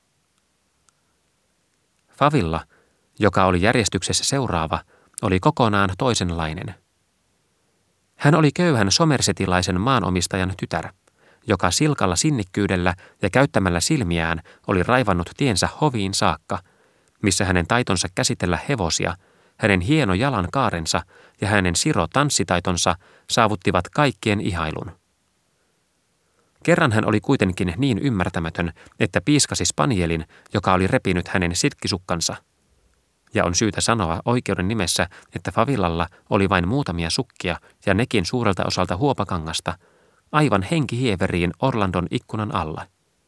Speaker 2: Favilla, joka oli järjestyksessä seuraava, oli kokonaan toisenlainen. Hän oli köyhän somersetilaisen maanomistajan tytär, joka silkalla sinnikkyydellä ja käyttämällä silmiään oli raivannut tiensä hoviin saakka, missä hänen taitonsa käsitellä hevosia, hänen hieno jalankaarensa ja hänen siro-tanssitaitonsa saavuttivat kaikkien ihailun. Kerran hän oli kuitenkin niin ymmärtämätön, että piiskasi spanielin, joka oli repinyt hänen silkkisukkansa. Ja on syytä sanoa oikeuden nimessä, että Favillalla oli vain muutamia sukkia ja nekin suurelta osalta huopakangasta, aivan henkihieveriin Orlandon ikkunan alla.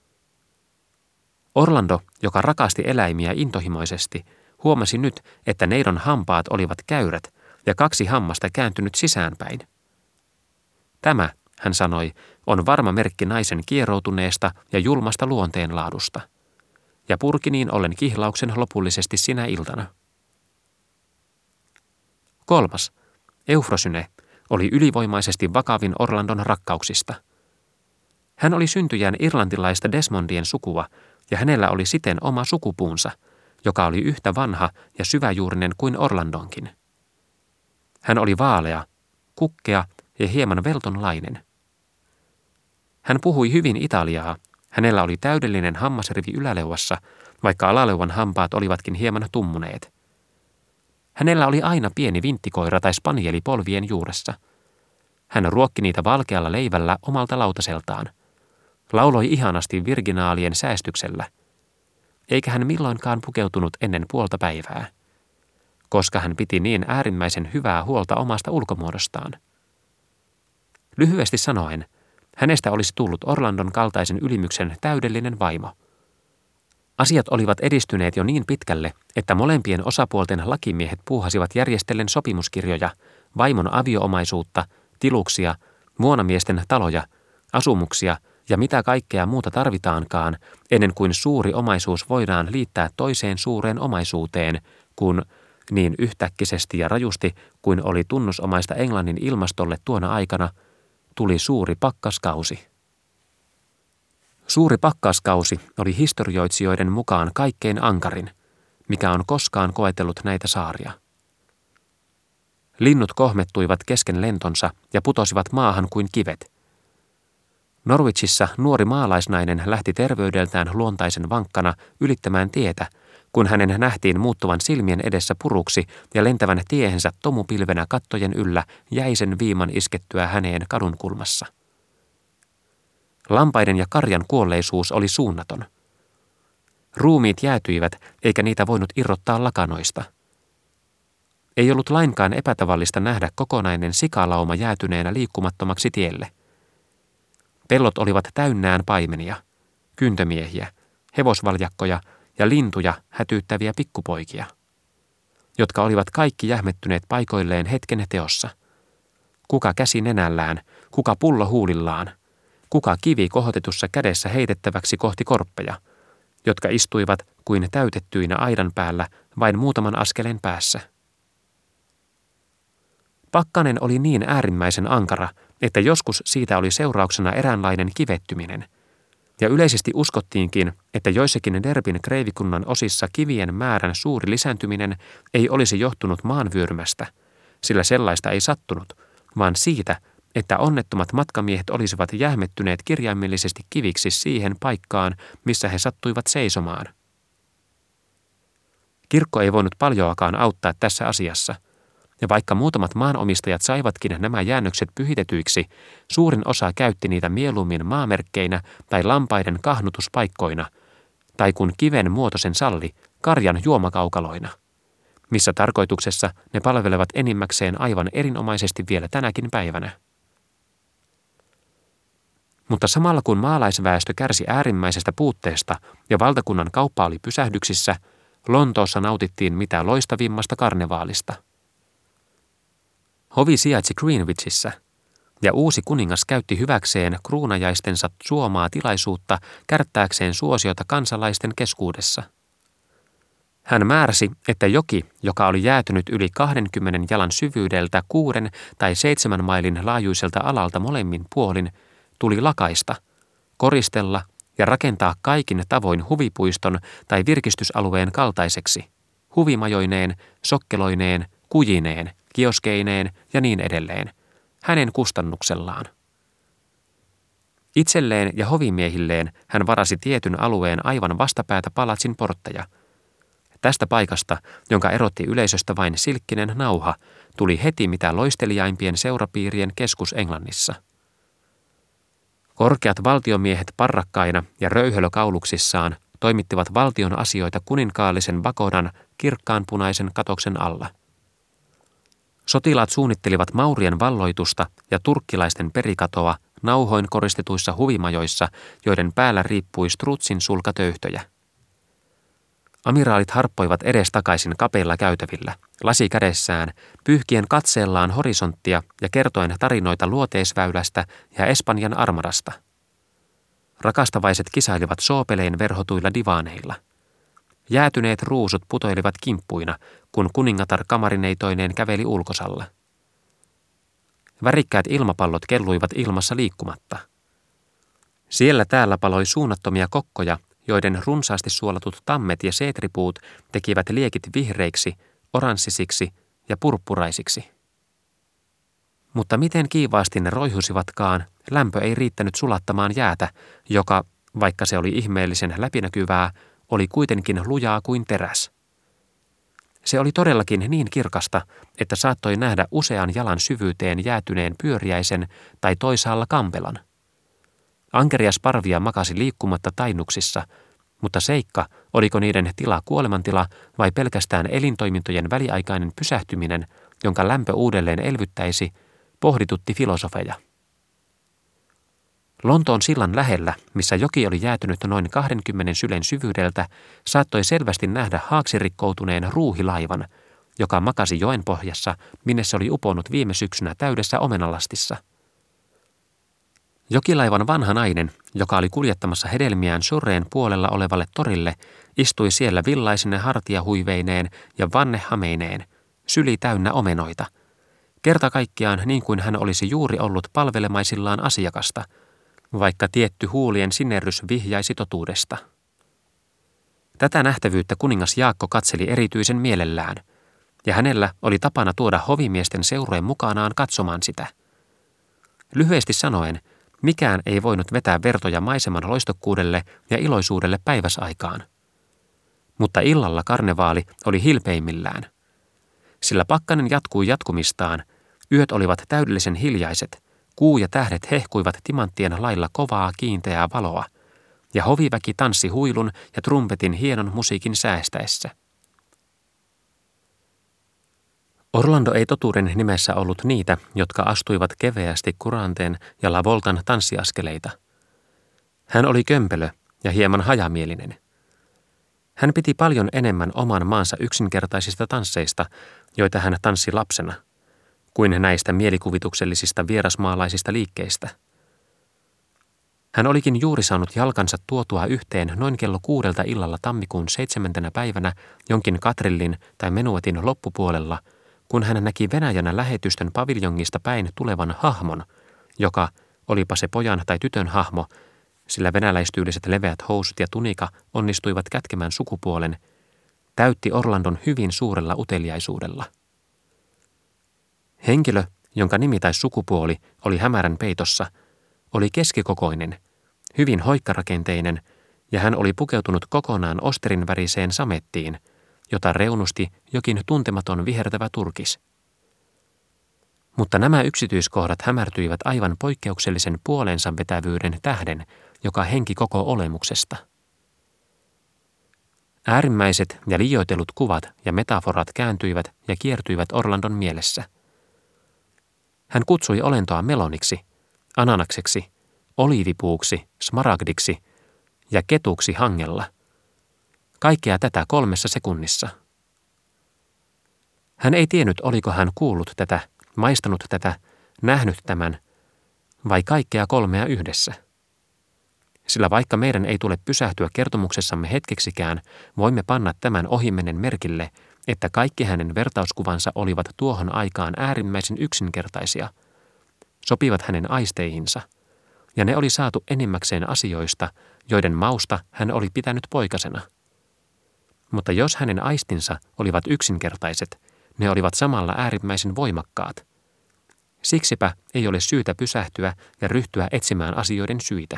Speaker 2: Orlando, joka rakasti eläimiä intohimoisesti, huomasi nyt, että neidon hampaat olivat käyrät ja 2 hammasta kääntynyt sisäänpäin. Tämä, hän sanoi, on varma merkki naisen kieroutuneesta ja julmasta luonteenlaadusta, ja purki niin ollen kihlauksen lopullisesti sinä iltana. 3. Eufrosyne oli ylivoimaisesti vakavin Orlandon rakkauksista. Hän oli syntyjään irlantilaista Desmondien sukua, ja hänellä oli siten oma sukupuunsa, joka oli yhtä vanha ja syväjuurinen kuin Orlandonkin. Hän oli vaalea, kukkea ja hieman veltonlainen. Hän puhui hyvin italiaa, Hänellä oli täydellinen hammasrivi yläleuassa, vaikka alaleuvan hampaat olivatkin hieman tummuneet. Hänellä oli aina pieni vinttikoira tai spanieli polvien juuressa. Hän ruokki niitä valkealla leivällä omalta lautaseltaan. Lauloi ihanasti virginaalien säästyksellä. Eikä hän milloinkaan pukeutunut ennen puolta päivää, koska hän piti niin äärimmäisen hyvää huolta omasta ulkomuodostaan. Lyhyesti sanoen, hänestä olisi tullut Orlandon kaltaisen ylimyksen täydellinen vaimo. Asiat olivat edistyneet jo niin pitkälle, että molempien osapuolten lakimiehet puuhasivat järjestellen sopimuskirjoja, vaimon avioomaisuutta, tiluksia, muonamiesten taloja, asumuksia ja mitä kaikkea muuta tarvitaankaan, ennen kuin suuri omaisuus voidaan liittää toiseen suureen omaisuuteen, kun niin yhtäkkisesti ja rajusti kuin oli tunnusomaista Englannin ilmastolle tuona aikana, tuli suuri pakkaskausi. Suuri pakkaskausi oli historioitsijoiden mukaan kaikkein ankarin, mikä on koskaan koetellut näitä saaria. Linnut kohmettuivat kesken lentonsa ja putosivat maahan kuin kivet. Norwichissa nuori maalaisnainen lähti terveydeltään luontaisen vankkana ylittämään tietä, kun hänen nähtiin muuttuvan silmien edessä puruksi ja lentävän tiehensä tomupilvenä kattojen yllä jäisen viiman iskettyä häneen kadunkulmassa. Lampaiden ja karjan kuolleisuus oli suunnaton. Ruumiit jäätyivät, eikä niitä voinut irrottaa lakanoista. Ei ollut lainkaan epätavallista nähdä kokonainen sikalauma jäätyneenä liikkumattomaksi tielle. Pellot olivat täynnään paimenia, kyntömiehiä, hevosvaljakkoja ja lintuja hätyyttäviä pikkupoikia, jotka olivat kaikki jähmettyneet paikoilleen hetken teossa. Kuka käsi nenällään, kuka pullo huulillaan, kuka kivi kohotetussa kädessä heitettäväksi kohti korppeja, jotka istuivat kuin täytettyinä aidan päällä vain muutaman askeleen päässä. Pakkanen oli niin äärimmäisen ankara, että joskus siitä oli seurauksena eräänlainen kivettyminen, ja yleisesti uskottiinkin, että joissakin Derbyn kreivikunnan osissa kivien määrän suuri lisääntyminen ei olisi johtunut maanvyörymästä, sillä sellaista ei sattunut, vaan siitä, että onnettomat matkamiehet olisivat jähmettyneet kirjaimellisesti kiviksi siihen paikkaan, missä he sattuivat seisomaan. Kirkko ei voinut paljoakaan auttaa tässä asiassa, ja vaikka muutamat maanomistajat saivatkin nämä jäännökset pyhitetyiksi, suurin osa käytti niitä mieluummin maamerkkeinä tai lampaiden kahnutuspaikkoina, tai kun kiven muotoisen salli, karjan juomakaukaloina, missä tarkoituksessa ne palvelevat enimmäkseen aivan erinomaisesti vielä tänäkin päivänä. Mutta samalla kun maalaisväestö kärsi äärimmäisestä puutteesta ja valtakunnan kauppa oli pysähdyksissä, Lontoossa nautittiin mitä loistavimmasta karnevaalista. Hovi sijaitsi Greenwichissä, ja uusi kuningas käytti hyväkseen kruunajaistensa suomaa tilaisuutta kärttääkseen suosiota kansalaisten keskuudessa. Hän määräsi, että joki, joka oli jäätynyt yli 20 jalan syvyydeltä 6 tai 7 mailin laajuiselta alalta molemmin puolin, tuli lakaista, koristella ja rakentaa kaikin tavoin huvipuiston tai virkistysalueen kaltaiseksi, huvimajoineen, sokkeloineen, kujineen, kioskeineen ja niin edelleen, hänen kustannuksellaan. Itselleen ja hovimiehilleen hän varasi tietyn alueen aivan vastapäätä palatsin portteja. Tästä paikasta, jonka erotti yleisöstä vain silkkinen nauha, tuli heti mitä loistelijaimpien seurapiirien keskus Englannissa. Korkeat valtiomiehet parrakkaina ja röyhölökauluksissaan toimittivat valtion asioita kuninkaallisen pagodan kirkkaanpunaisen katoksen alla. Sotilaat suunnittelivat Maurien valloitusta ja turkkilaisten perikatoa nauhoin koristetuissa huvimajoissa, joiden päällä riippui strutsin sulkatöyhtöjä. Amiraalit harppoivat edestakaisin kapeilla käytävillä, lasi kädessään, pyyhkien katseellaan horisonttia ja kertoen tarinoita luoteisväylästä ja Espanjan armadasta. Rakastavaiset kisailivat soopeleen verhotuilla divaaneilla. Jäätyneet ruusut putoilivat kimppuina, kun kuningatar kamarineitoineen käveli ulkosalla. Värikkäät ilmapallot kelluivat ilmassa liikkumatta. Siellä täällä paloi suunnattomia kokkoja, joiden runsaasti suolatut tammet ja seetripuut tekivät liekit vihreiksi, oranssisiksi ja purppuraisiksi. Mutta miten kiivaasti ne roihusivatkaan, lämpö ei riittänyt sulattamaan jäätä, joka, vaikka se oli ihmeellisen läpinäkyvää, oli kuitenkin lujaa kuin teräs. Se oli todellakin niin kirkasta, että saattoi nähdä usean jalan syvyyteen jäätyneen pyöriäisen tai toisaalla kampelan. Ankerias parvia makasi liikkumatta tainnuksissa, mutta seikka, oliko niiden tila kuolemantila vai pelkästään elintoimintojen väliaikainen pysähtyminen, jonka lämpö uudelleen elvyttäisi, pohditutti filosofeja. Lontoon sillan lähellä, missä joki oli jäätynyt noin 20 sylen syvyydeltä, saattoi selvästi nähdä haaksirikkoutuneen ruuhilaivan, joka makasi joen pohjassa, minne se oli uponnut viime syksynä täydessä omenalastissa. Jokilaivan vanha nainen, joka oli kuljettamassa hedelmiään Surreen puolella olevalle torille, istui siellä villaisine hartiahuiveineen ja vannehameineen, syli täynnä omenoita. Kerta kaikkiaan niin kuin hän olisi juuri ollut palvelemaisillaan asiakasta, vaikka tietty huulien sinerrys vihjaisi totuudesta. Tätä nähtävyyttä kuningas Jaakko katseli erityisen mielellään, ja hänellä oli tapana tuoda hovimiesten seurojen mukanaan katsomaan sitä. Lyhyesti sanoen, mikään ei voinut vetää vertoja maiseman loistokkuudelle ja iloisuudelle päiväsaikaan. Mutta illalla karnevaali oli hilpeimmillään. Sillä pakkanen jatkui jatkumistaan, yöt olivat täydellisen hiljaiset, kuu ja tähdet hehkuivat timanttien lailla kovaa kiinteää valoa, ja hoviväki tanssi huilun ja trumpetin hienon musiikin säästäessä. Orlando ei totuuden nimessä ollut niitä, jotka astuivat keveästi kuranteen ja lavoltan tanssiaskeleita. Hän oli kömpelö ja hieman hajamielinen. Hän piti paljon enemmän oman maansa yksinkertaisista tansseista, joita hän tanssi lapsena, kuin näistä mielikuvituksellisista vierasmaalaisista liikkeistä. Hän olikin juuri saanut jalkansa tuotua yhteen noin kello 6 illalla tammikuun 7. päivänä jonkin katrillin tai menuetin loppupuolella, kun hän näki Venäjänä lähetystön paviljongista päin tulevan hahmon, joka, olipa se pojan tai tytön hahmo, sillä venäläistyyliset leveät housut ja tunika onnistuivat kätkemään sukupuolen, täytti Orlandon hyvin suurella uteliaisuudella. Henkilö, jonka nimi tai sukupuoli oli hämärän peitossa, oli keskikokoinen, hyvin hoikkarakenteinen, ja hän oli pukeutunut kokonaan osterinväriseen samettiin, jota reunusti jokin tuntematon vihertävä turkis. Mutta nämä yksityiskohdat hämärtyivät aivan poikkeuksellisen puoleensa vetävyyden tähden, joka henki koko olemuksesta. Äärimmäiset ja liioitellut kuvat ja metaforat kääntyivät ja kiertyivät Orlandon mielessä. Hän kutsui olentoa meloniksi, ananakseksi, oliivipuuksi, smaragdiksi ja ketuksi hangella. Kaikkea tätä 3 sekunnissa. Hän ei tiennyt, oliko hän kuullut tätä, maistanut tätä, nähnyt tämän, vai kaikkea 3 yhdessä. Sillä vaikka meidän ei tule pysähtyä kertomuksessamme hetkeksikään, voimme panna tämän ohimennen merkille, että kaikki hänen vertauskuvansa olivat tuohon aikaan äärimmäisen yksinkertaisia, sopivat hänen aisteihinsa, ja ne oli saatu enimmäkseen asioista, joiden mausta hän oli pitänyt poikasena. Mutta jos hänen aistinsa olivat yksinkertaiset, ne olivat samalla äärimmäisen voimakkaat. Siksipä ei ole syytä pysähtyä ja ryhtyä etsimään asioiden syitä.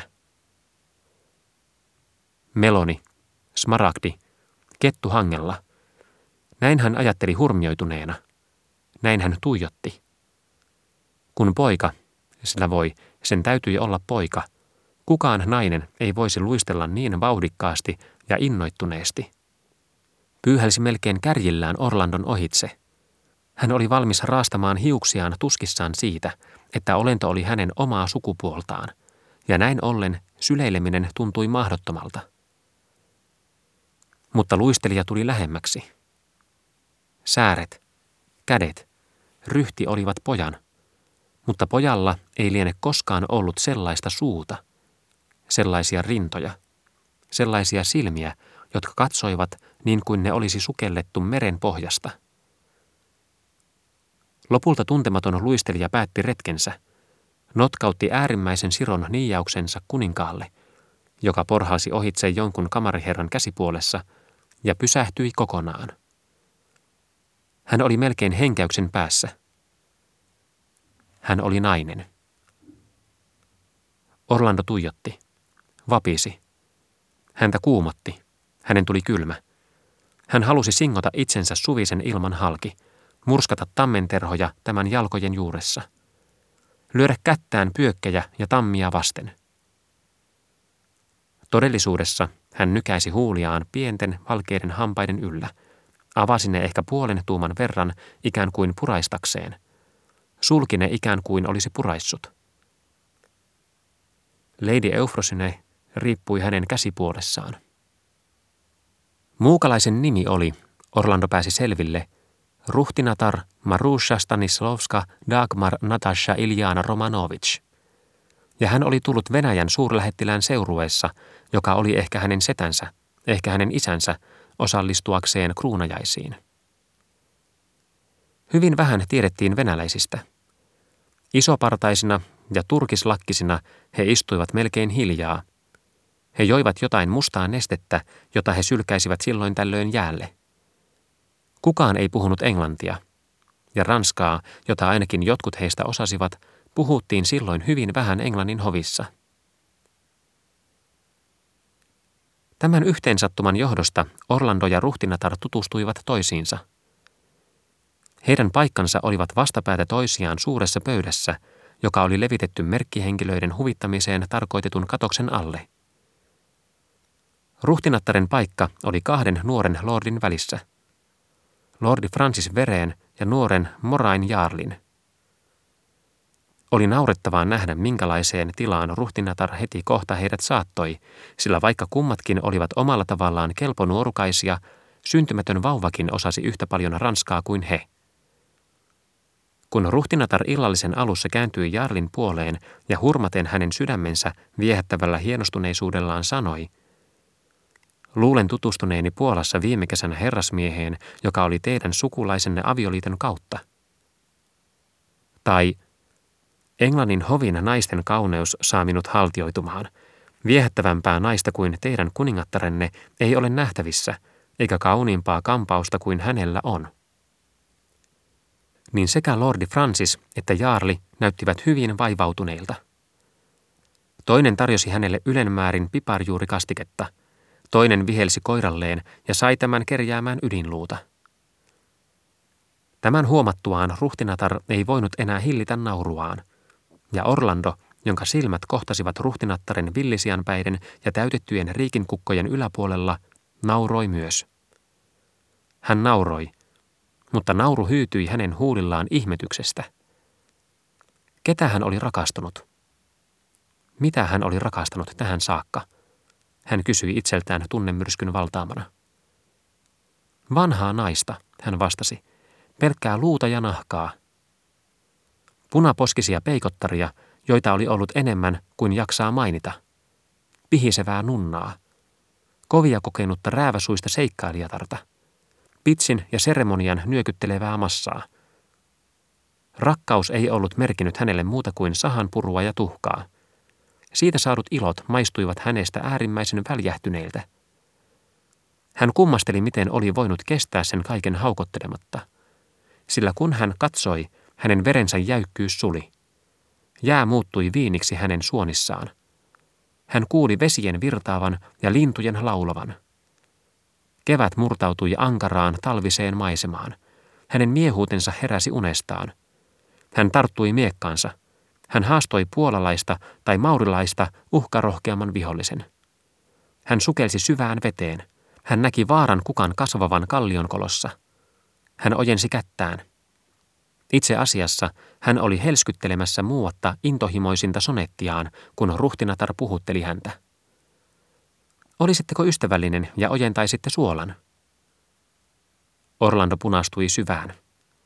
Speaker 2: Meloni, smaragdi, kettu hangella. Näin hän ajatteli hurmioituneena. Näin hän tuijotti. Kun poika, sillä sen täytyi olla poika, kukaan nainen ei voisi luistella niin vauhdikkaasti ja innoittuneesti. Pyyhälsi melkein kärjillään Orlandon ohitse. Hän oli valmis raastamaan hiuksiaan tuskissaan siitä, että olento oli hänen omaa sukupuoltaan, ja näin ollen syleileminen tuntui mahdottomalta. Mutta luistelija tuli lähemmäksi. Sääret, kädet, ryhti olivat pojan, mutta pojalla ei liene koskaan ollut sellaista suuta, sellaisia rintoja, sellaisia silmiä, jotka katsoivat niin kuin ne olisi sukellettu meren pohjasta. Lopulta tuntematon luistelija päätti retkensä, notkautti äärimmäisen siron niijauksensa kuninkaalle, joka porhalsi ohitse jonkun kamariherran käsipuolessa ja pysähtyi kokonaan. Hän oli melkein henkäyksen päässä. Hän oli nainen. Orlando tuijotti, vapisi. Häntä kuumotti. Hänen tuli kylmä. Hän halusi singota itsensä suvisen ilman halki, murskata tammenterhoja tämän jalkojen juuressa. Lyödä kättään pyökkejä ja tammia vasten. Todellisuudessa hän nykäisi huuliaan pienten valkeiden hampaiden yllä, avasi ne ehkä puolen tuuman verran ikään kuin puraistakseen. Sulki ne ikään kuin olisi puraissut. Lady Euphrosyne riippui hänen käsipuolessaan. Muukalaisen nimi oli, Orlando pääsi selville, ruhtinatar Marusha Stanislavska Dagmar Natasha Iljana Romanovich. Ja hän oli tullut Venäjän suurlähettilään seurueessa, joka oli ehkä hänen setänsä, ehkä hänen isänsä, osallistuakseen kruunajaisiin. Hyvin vähän tiedettiin venäläisistä. Isopartaisina ja turkislakkisina he istuivat melkein hiljaa. He joivat jotain mustaa nestettä, jota he sylkäisivät silloin tällöin jäälle. Kukaan ei puhunut englantia, ja ranskaa, jota ainakin jotkut heistä osasivat, puhuttiin silloin hyvin vähän Englannin hovissa. Tämän yhteensattuman johdosta Orlando ja ruhtinatar tutustuivat toisiinsa. Heidän paikkansa olivat vastapäätä toisiaan suuressa pöydässä, joka oli levitetty merkkihenkilöiden huvittamiseen tarkoitetun katoksen alle. Ruhtinattaren paikka oli kahden nuoren lordin välissä. Lordi Francis Vereen ja nuoren Morain Jarlin. Oli naurettavaa nähdä, minkälaiseen tilaan ruhtinatar heti kohta heidät saattoi, sillä vaikka kummatkin olivat omalla tavallaan kelponuorukaisia, syntymätön vauvakin osasi yhtä paljon ranskaa kuin he. Kun ruhtinatar illallisen alussa kääntyi Jarlin puoleen ja hurmaten hänen sydämensä viehättävällä hienostuneisuudellaan sanoi, luulen tutustuneeni Puolassa viime kesänä herrasmieheen, joka oli teidän sukulaisenne avioliiton kautta. Tai Englannin hovin naisten kauneus saa minut haltioitumaan. Viehättävämpää naista kuin teidän kuningattarenne ei ole nähtävissä, eikä kauniimpaa kampausta kuin hänellä on. Niin sekä lordi Francis että Jaarli näyttivät hyvin vaivautuneilta. Toinen tarjosi hänelle ylenmäärin piparjuurikastiketta, toinen vihelsi koiralleen ja sai tämän kerjäämään ydinluuta. Tämän huomattuaan ruhtinatar ei voinut enää hillitä nauruaan, ja Orlando, jonka silmät kohtasivat ruhtinattaren villisianpäiden ja täytettyjen riikinkukkojen yläpuolella, nauroi myös. Hän nauroi, mutta nauru hyytyi hänen huulillaan ihmetyksestä. Ketä hän oli rakastunut? Mitä hän oli rakastanut tähän saakka? Hän kysyi itseltään tunnemyrskyn valtaamana. Vanhaa naista, hän vastasi, pelkkää luuta ja nahkaa. Punaposkisia peikottaria, joita oli ollut enemmän kuin jaksaa mainita. Pihisevää nunnaa. Kovia kokenutta rääväsuista seikkailijatarta. Pitsin ja seremonian nyökyttelevää massaa. Rakkaus ei ollut merkinnyt hänelle muuta kuin sahanpurua ja tuhkaa. Siitä saadut ilot maistuivat hänestä äärimmäisen väljähtyneiltä. Hän kummasteli, miten oli voinut kestää sen kaiken haukottelematta. Sillä kun hän katsoi, hänen verensä jäykkyys suli. Jää muuttui viiniksi hänen suonissaan. Hän kuuli vesien virtaavan ja lintujen laulavan. Kevät murtautui ankaraan talviseen maisemaan. Hänen miehuutensa heräsi unestaan. Hän tarttui miekkaansa. Hän haastoi puolalaista tai maurilaista uhkarohkeamman vihollisen. Hän sukelsi syvään veteen. Hän näki vaaran kukan kasvavan kallionkolossa. Hän ojensi kättään. Itse asiassa hän oli helskyttelemässä muuatta intohimoisinta sonettiaan, kun ruhtinatar puhutteli häntä. Olisitteko ystävällinen ja ojentaisitte suolan? Orlando punastui syvään.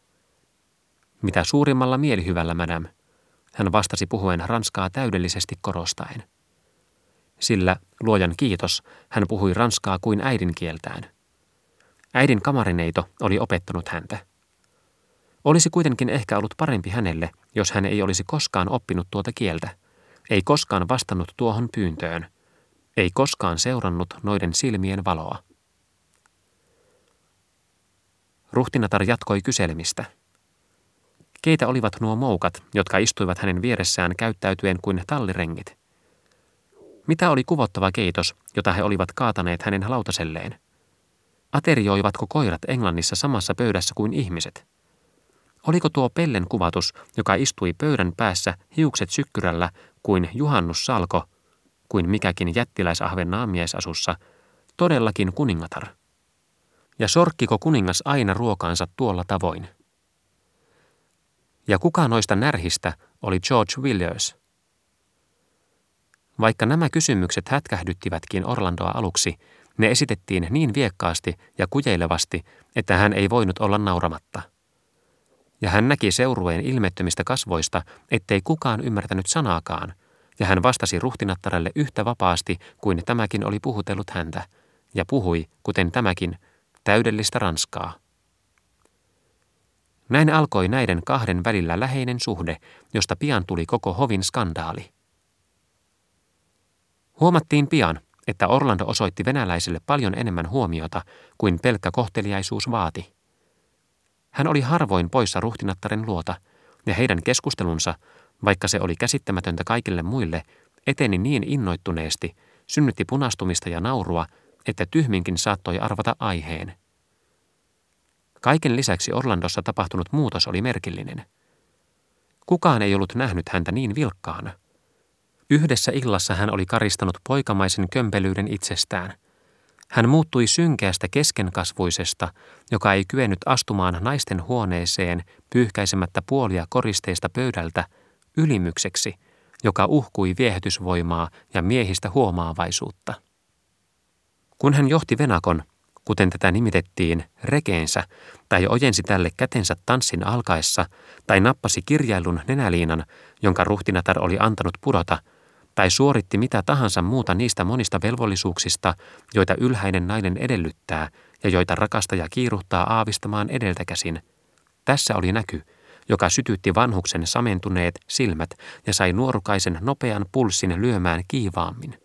Speaker 2: Mitä suurimmalla mielihyvällä, madame, hän vastasi puhuen ranskaa täydellisesti korostaen. Sillä, luojan kiitos, hän puhui ranskaa kuin äidinkieltään. Äidin kamarineito oli opettanut häntä. Olisi kuitenkin ehkä ollut parempi hänelle, jos hän ei olisi koskaan oppinut tuota kieltä, ei koskaan vastannut tuohon pyyntöön, ei koskaan seurannut noiden silmien valoa. Ruhtinatar jatkoi kyselemistä. Keitä olivat nuo moukat, jotka istuivat hänen vieressään käyttäytyen kuin tallirengit? Mitä oli kuvottava keitos, jota he olivat kaataneet hänen lautaselleen? Aterioivatko koirat Englannissa samassa pöydässä kuin ihmiset? Oliko tuo Pellen kuvatus, joka istui pöydän päässä hiukset sykkyrällä kuin juhannussalko, kuin mikäkin jättiläisahven naamiaisasussa, todellakin kuningatar? Ja sorkkiko kuningas aina ruokaansa tuolla tavoin? Ja kuka noista närhistä oli George Villiers? Vaikka nämä kysymykset hätkähdyttivätkin Orlandoa aluksi, ne esitettiin niin viekkaasti ja kujeilevasti, että hän ei voinut olla nauramatta. Ja hän näki seurueen ilmettömistä kasvoista, ettei kukaan ymmärtänyt sanaakaan, ja hän vastasi ruhtinattarelle yhtä vapaasti kuin tämäkin oli puhutellut häntä, ja puhui, kuten tämäkin, täydellistä ranskaa. Näin alkoi näiden kahden välillä läheinen suhde, josta pian tuli koko hovin skandaali. Huomattiin pian, että Orlando osoitti venäläisille paljon enemmän huomiota kuin pelkkä kohteliaisuus vaati. Hän oli harvoin poissa ruhtinattaren luota, ja heidän keskustelunsa, vaikka se oli käsittämätöntä kaikille muille, eteni niin innoittuneesti, synnytti punastumista ja naurua, että tyhminkin saattoi arvata aiheen. Kaiken lisäksi Orlandossa tapahtunut muutos oli merkillinen. Kukaan ei ollut nähnyt häntä niin vilkkaana. Yhdessä illassa hän oli karistanut poikamaisen kömpelyyden itsestään. Hän muuttui synkeästä keskenkasvuisesta, joka ei kyennyt astumaan naisten huoneeseen pyyhkäisemättä puolia koristeista pöydältä, ylimykseksi, joka uhkui viehätysvoimaa ja miehistä huomaavaisuutta. Kun hän johti venakon, kuten tätä nimitettiin, rekeensä, tai ojensi tälle kätensä tanssin alkaessa, tai nappasi kirjailun nenäliinan, jonka ruhtinatar oli antanut pudota, tai suoritti mitä tahansa muuta niistä monista velvollisuuksista, joita ylhäinen nainen edellyttää ja joita rakastaja kiiruhtaa aavistamaan edeltäkäsin. Tässä oli näky, joka sytytti vanhuksen samentuneet silmät ja sai nuorukaisen nopean pulssin lyömään kiivaammin.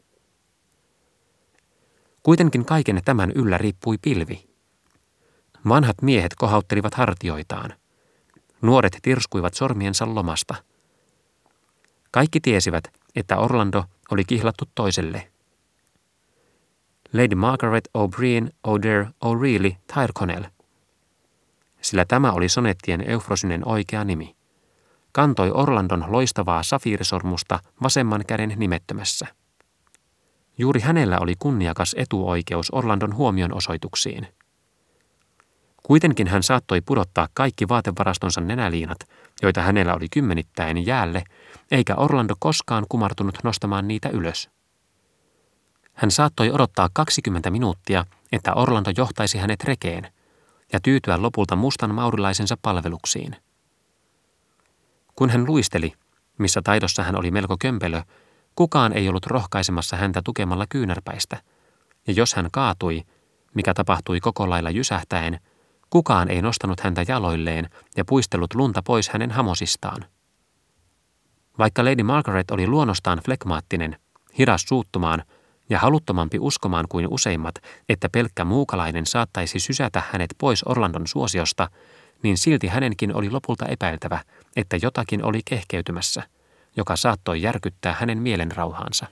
Speaker 2: Kuitenkin kaiken tämän yllä riippui pilvi. Vanhat miehet kohauttelivat hartioitaan. Nuoret tirskuivat sormiensa lomasta. Kaikki tiesivät, että Orlando oli kihlattu toiselle. Lady Margaret O'Brien O'Dare O'Reilly Tyrconnell, sillä tämä oli sonettien Eufrosynen oikea nimi, kantoi Orlandon loistavaa safiirisormusta vasemman käden nimettömässä. Juuri hänellä oli kunniakas etuoikeus Orlandon huomionosoituksiin. Kuitenkin hän saattoi pudottaa kaikki vaatevarastonsa nenäliinat, joita hänellä oli kymmenittäin jäälle, eikä Orlando koskaan kumartunut nostamaan niitä ylös. Hän saattoi odottaa 20 minuuttia, että Orlando johtaisi hänet rekeen, ja tyytyä lopulta mustan maurilaisensa palveluksiin. Kun hän luisteli, missä taidossa hän oli melko kömpelö, kukaan ei ollut rohkaisemassa häntä tukemalla kyynärpäistä, ja jos hän kaatui, mikä tapahtui koko lailla jysähtäen, kukaan ei nostanut häntä jaloilleen ja puistellut lunta pois hänen hamosistaan. Vaikka Lady Margaret oli luonnostaan flegmaattinen, hidas suuttumaan ja haluttomampi uskomaan kuin useimmat, että pelkkä muukalainen saattaisi sysätä hänet pois Orlandon suosiosta, niin silti hänenkin oli lopulta epäiltävä, että jotakin oli kehkeytymässä, joka saattoi järkyttää hänen mielenrauhaansa.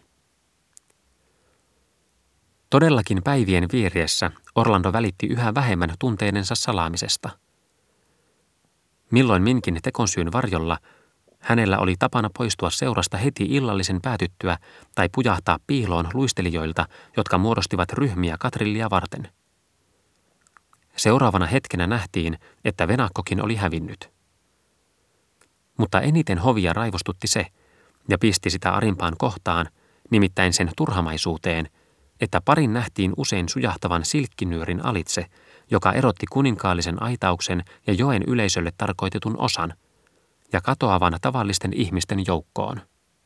Speaker 2: Todellakin päivien vieriessä Orlando välitti yhä vähemmän tunteidensa salaamisesta. Milloin minkin tekonsyyn varjolla hänellä oli tapana poistua seurasta heti illallisen päätyttyä tai pujahtaa piiloon luistelijoilta, jotka muodostivat ryhmiä katrillia varten. Seuraavana hetkenä nähtiin, että venakkokin oli hävinnyt. Mutta eniten hovia raivostutti se, ja pisti sitä arimpaan kohtaan, nimittäin sen turhamaisuuteen, että parin nähtiin usein sujahtavan silkkinyörin alitse, joka erotti kuninkaallisen aitauksen ja joen yleisölle tarkoitetun osan, ja katoavan tavallisten ihmisten joukkoon.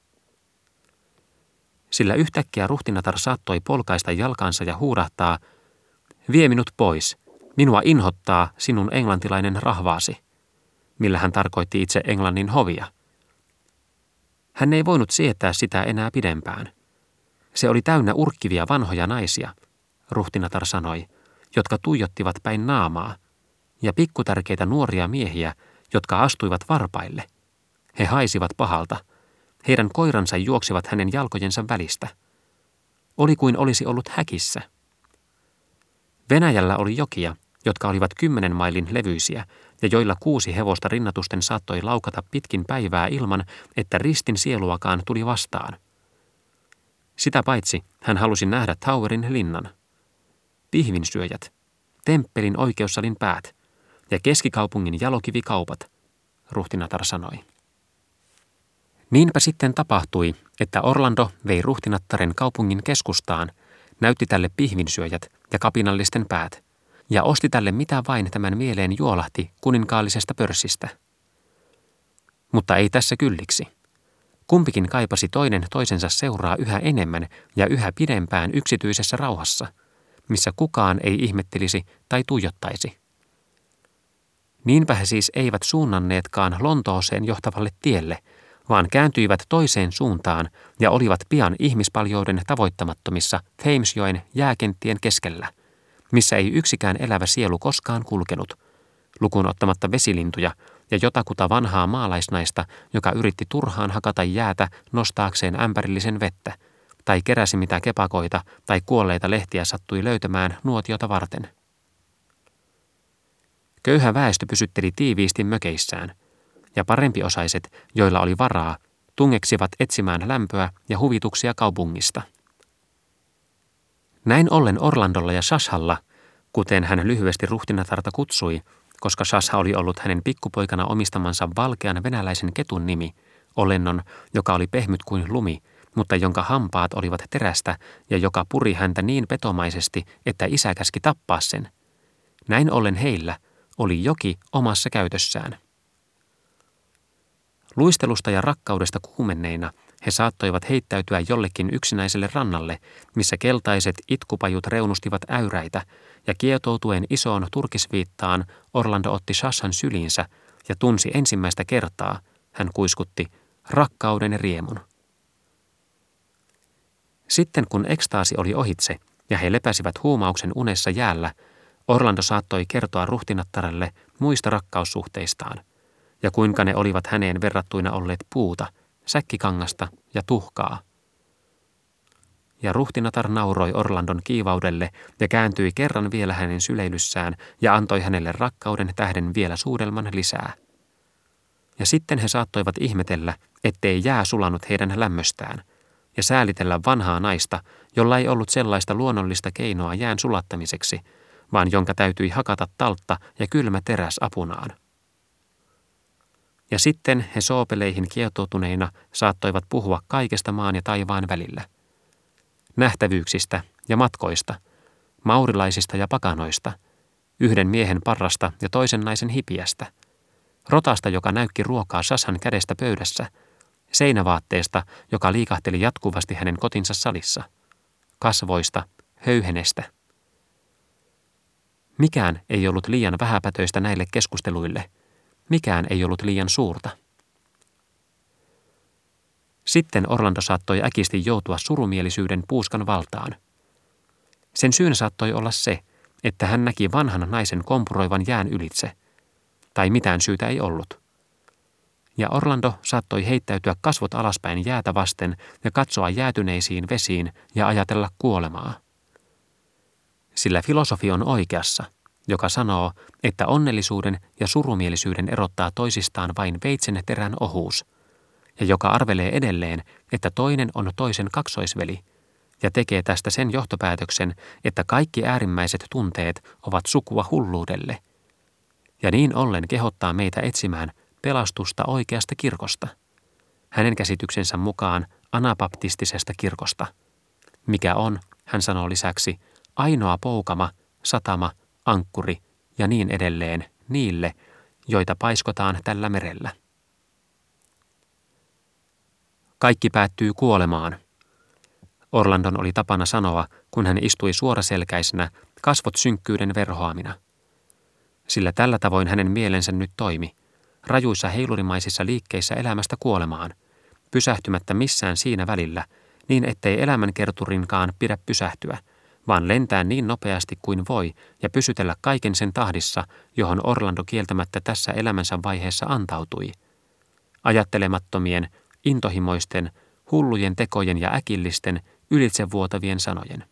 Speaker 2: Sillä yhtäkkiä ruhtinatar saattoi polkaista jalkansa ja huudahtaa, "Vie minut pois, minua inhottaa sinun englantilainen rahvaasi", millä hän tarkoitti itse Englannin hovia. Hän ei voinut sietää sitä enää pidempään. Se oli täynnä urkkivia vanhoja naisia, ruhtinatar sanoi, jotka tuijottivat päin naamaa, ja pikkutärkeitä nuoria miehiä, jotka astuivat varpaille. He haisivat pahalta. Heidän koiransa juoksivat hänen jalkojensa välistä. Oli kuin olisi ollut häkissä. Venäjällä oli jokia, jotka olivat 10 mailin levyisiä ja joilla 6 hevosta rinnatusten saattoi laukata pitkin päivää ilman, että ristin sieluakaan tuli vastaan. Sitä paitsi hän halusi nähdä Towerin linnan. Pihvinsyöjät, temppelin oikeussalin päät ja keskikaupungin jalokivikaupat, ruhtinatar sanoi. Niinpä sitten tapahtui, että Orlando vei ruhtinattaren kaupungin keskustaan, näytti tälle pihvinsyöjät ja kapinallisten päät ja osti tälle mitä vain tämän mieleen juolahti kuninkaallisesta pörssistä. Mutta ei tässä kylliksi. Kumpikin kaipasi toinen toisensa seuraa yhä enemmän ja yhä pidempään yksityisessä rauhassa, missä kukaan ei ihmettelisi tai tuijottaisi. Niinpä he siis eivät suunnanneetkaan Lontooseen johtavalle tielle, vaan kääntyivät toiseen suuntaan ja olivat pian ihmispaljouden tavoittamattomissa Thamesjoen jääkenttien keskellä, missä ei yksikään elävä sielu koskaan kulkenut, lukuun ottamatta vesilintuja ja jotakuta vanhaa maalaisnaista, joka yritti turhaan hakata jäätä nostaakseen ämpärillisen vettä, tai keräsi mitä kepakoita tai kuolleita lehtiä sattui löytämään nuotiota varten. Köyhä väestö pysytteli tiiviisti mökeissään, ja parempiosaiset, joilla oli varaa, tungeksivat etsimään lämpöä ja huvituksia kaupungista. Näin ollen Orlandolla ja Shashalla, kuten hän lyhyesti ruhtinatarta kutsui, koska Shasha oli ollut hänen pikkupoikana omistamansa valkean venäläisen ketun nimi, olennon, joka oli pehmyt kuin lumi, mutta jonka hampaat olivat terästä ja joka puri häntä niin petomaisesti, että isä käski tappaa sen. Näin ollen heillä oli joki omassa käytössään. Luistelusta ja rakkaudesta kuumenneina he saattoivat heittäytyä jollekin yksinäiselle rannalle, missä keltaiset itkupajut reunustivat äyräitä, ja kietoutuen isoon turkisviittaan Orlando otti Shashan syliinsä ja tunsi ensimmäistä kertaa, hän kuiskutti, rakkauden riemun. Sitten kun ekstaasi oli ohitse ja he lepäsivät huumauksen unessa jäällä, Orlando saattoi kertoa ruhtinattarelle muista rakkaussuhteistaan, ja kuinka ne olivat häneen verrattuina olleet puuta, säkkikangasta ja tuhkaa. Ja ruhtinatar nauroi Orlandon kiivaudelle ja kääntyi kerran vielä hänen syleilyssään ja antoi hänelle rakkauden tähden vielä suudelman lisää. Ja sitten he saattoivat ihmetellä, ettei jää sulanut heidän lämmöstään, ja säälitellä vanhaa naista, jolla ei ollut sellaista luonnollista keinoa jään sulattamiseksi, vaan jonka täytyi hakata taltta ja kylmä teräs apunaan. Ja sitten he soopeleihin kietoutuneina saattoivat puhua kaikesta maan ja taivaan välillä. Nähtävyyksistä ja matkoista, maurilaisista ja pakanoista, yhden miehen parrasta ja toisen naisen hipiästä, rotasta, joka näykki ruokaa Shashan kädestä pöydässä, seinävaatteesta, joka liikahteli jatkuvasti hänen kotinsa salissa, kasvoista, höyhenestä. Mikään ei ollut liian vähäpätöistä näille keskusteluille, mikään ei ollut liian suurta. Sitten Orlando saattoi äkisti joutua surumielisyyden puuskan valtaan. Sen syynä saattoi olla se, että hän näki vanhan naisen kompuroivan jään ylitse, tai mitään syytä ei ollut. Ja Orlando saattoi heittäytyä kasvot alaspäin jäätä vasten ja katsoa jäätyneisiin vesiin ja ajatella kuolemaa. Sillä filosofi on oikeassa, joka sanoo, että onnellisuuden ja surumielisyyden erottaa toisistaan vain veitsen terän ohuus, ja joka arvelee edelleen, että toinen on toisen kaksoisveli, ja tekee tästä sen johtopäätöksen, että kaikki äärimmäiset tunteet ovat sukua hulluudelle, ja niin ollen kehottaa meitä etsimään pelastusta oikeasta kirkosta, hänen käsityksensä mukaan anabaptistisesta kirkosta, mikä on, hän sanoo lisäksi, ainoa poukama, satama, ankkuri ja niin edelleen niille, joita paiskotaan tällä merellä. Kaikki päättyy kuolemaan. Orlandon oli tapana sanoa, kun hän istui suoraselkäisenä, kasvot synkkyyden verhoamina. Sillä tällä tavoin hänen mielensä nyt toimi, rajuissa heilurimaisissa liikkeissä elämästä kuolemaan, pysähtymättä missään siinä välillä, niin ettei elämänkerturinkaan pidä pysähtyä, vaan lentää niin nopeasti kuin voi ja pysytellä kaiken sen tahdissa, johon Orlando kieltämättä tässä elämänsä vaiheessa antautui. Ajattelemattomien, intohimoisten, hullujen tekojen ja äkillisten, ylitsevuotavien sanojen.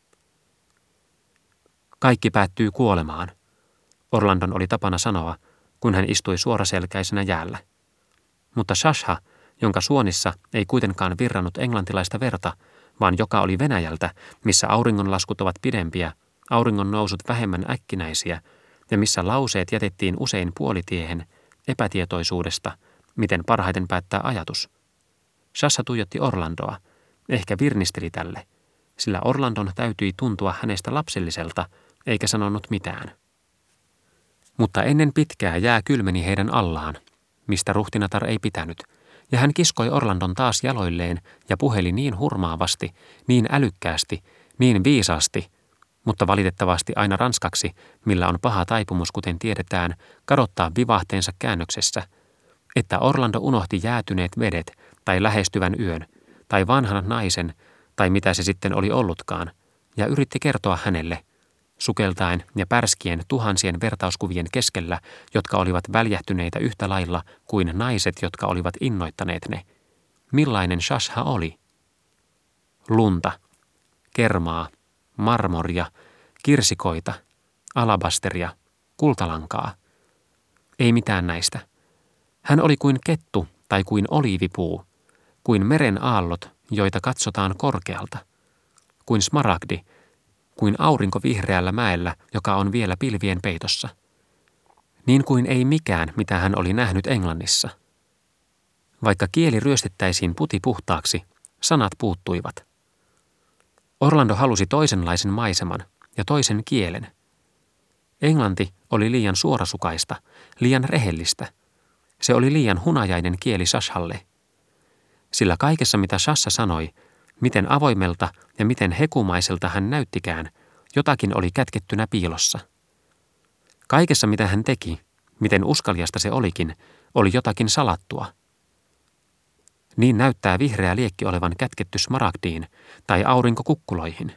Speaker 2: Kaikki päättyy kuolemaan, Orlandon oli tapana sanoa, kun hän istui suoraselkäisenä jäällä. Mutta Shasha, jonka suonissa ei kuitenkaan virrannut englantilaista verta, vaan joka oli Venäjältä, missä auringonlaskut ovat pidempiä, auringon nousut vähemmän äkkinäisiä ja missä lauseet jätettiin usein puolitiehen epätietoisuudesta, miten parhaiten päättää ajatus. Shasha tuijotti Orlandoa, ehkä virnisteli tälle, sillä Orlandon täytyi tuntua hänestä lapselliselta, eikä sanonut mitään. Mutta ennen pitkää jää kylmeni heidän allaan, mistä ruhtinatar ei pitänyt, ja hän kiskoi Orlandon taas jaloilleen ja puheli niin hurmaavasti, niin älykkäästi, niin viisaasti, mutta valitettavasti aina ranskaksi, millä on paha taipumus, kuten tiedetään, kadottaa vivahteensa käännöksessä, että Orlando unohti jäätyneet vedet tai lähestyvän yön, tai vanhan naisen, tai mitä se sitten oli ollutkaan, ja yritti kertoa hänelle, sukeltaen ja pärskien tuhansien vertauskuvien keskellä, jotka olivat väljähtyneitä yhtä lailla kuin naiset, jotka olivat innoittaneet ne. Millainen Shasha oli? Lunta, kermaa, marmoria, kirsikoita, alabasteria, kultalankaa. Ei mitään näistä. Hän oli kuin kettu tai kuin oliivipuu, kuin meren aallot, joita katsotaan korkealta, kuin smaragdi, kuin aurinko vihreällä mäellä, joka on vielä pilvien peitossa. Niin kuin ei mikään, mitä hän oli nähnyt Englannissa. Vaikka kieli ryöstettäisiin putipuhtaaksi, sanat puuttuivat. Orlando halusi toisenlaisen maiseman ja toisen kielen. Englanti oli liian suorasukaista, liian rehellistä. Se oli liian hunajainen kieli Shashalle. Sillä kaikessa, mitä Shasha sanoi, miten avoimelta ja miten hekumaiselta hän näyttikään, jotakin oli kätkettynä piilossa. Kaikessa, mitä hän teki, miten uskaliasta se olikin, oli jotakin salattua. Niin näyttää vihreä liekki olevan kätketty smaragdiin tai aurinkokukkuloihin.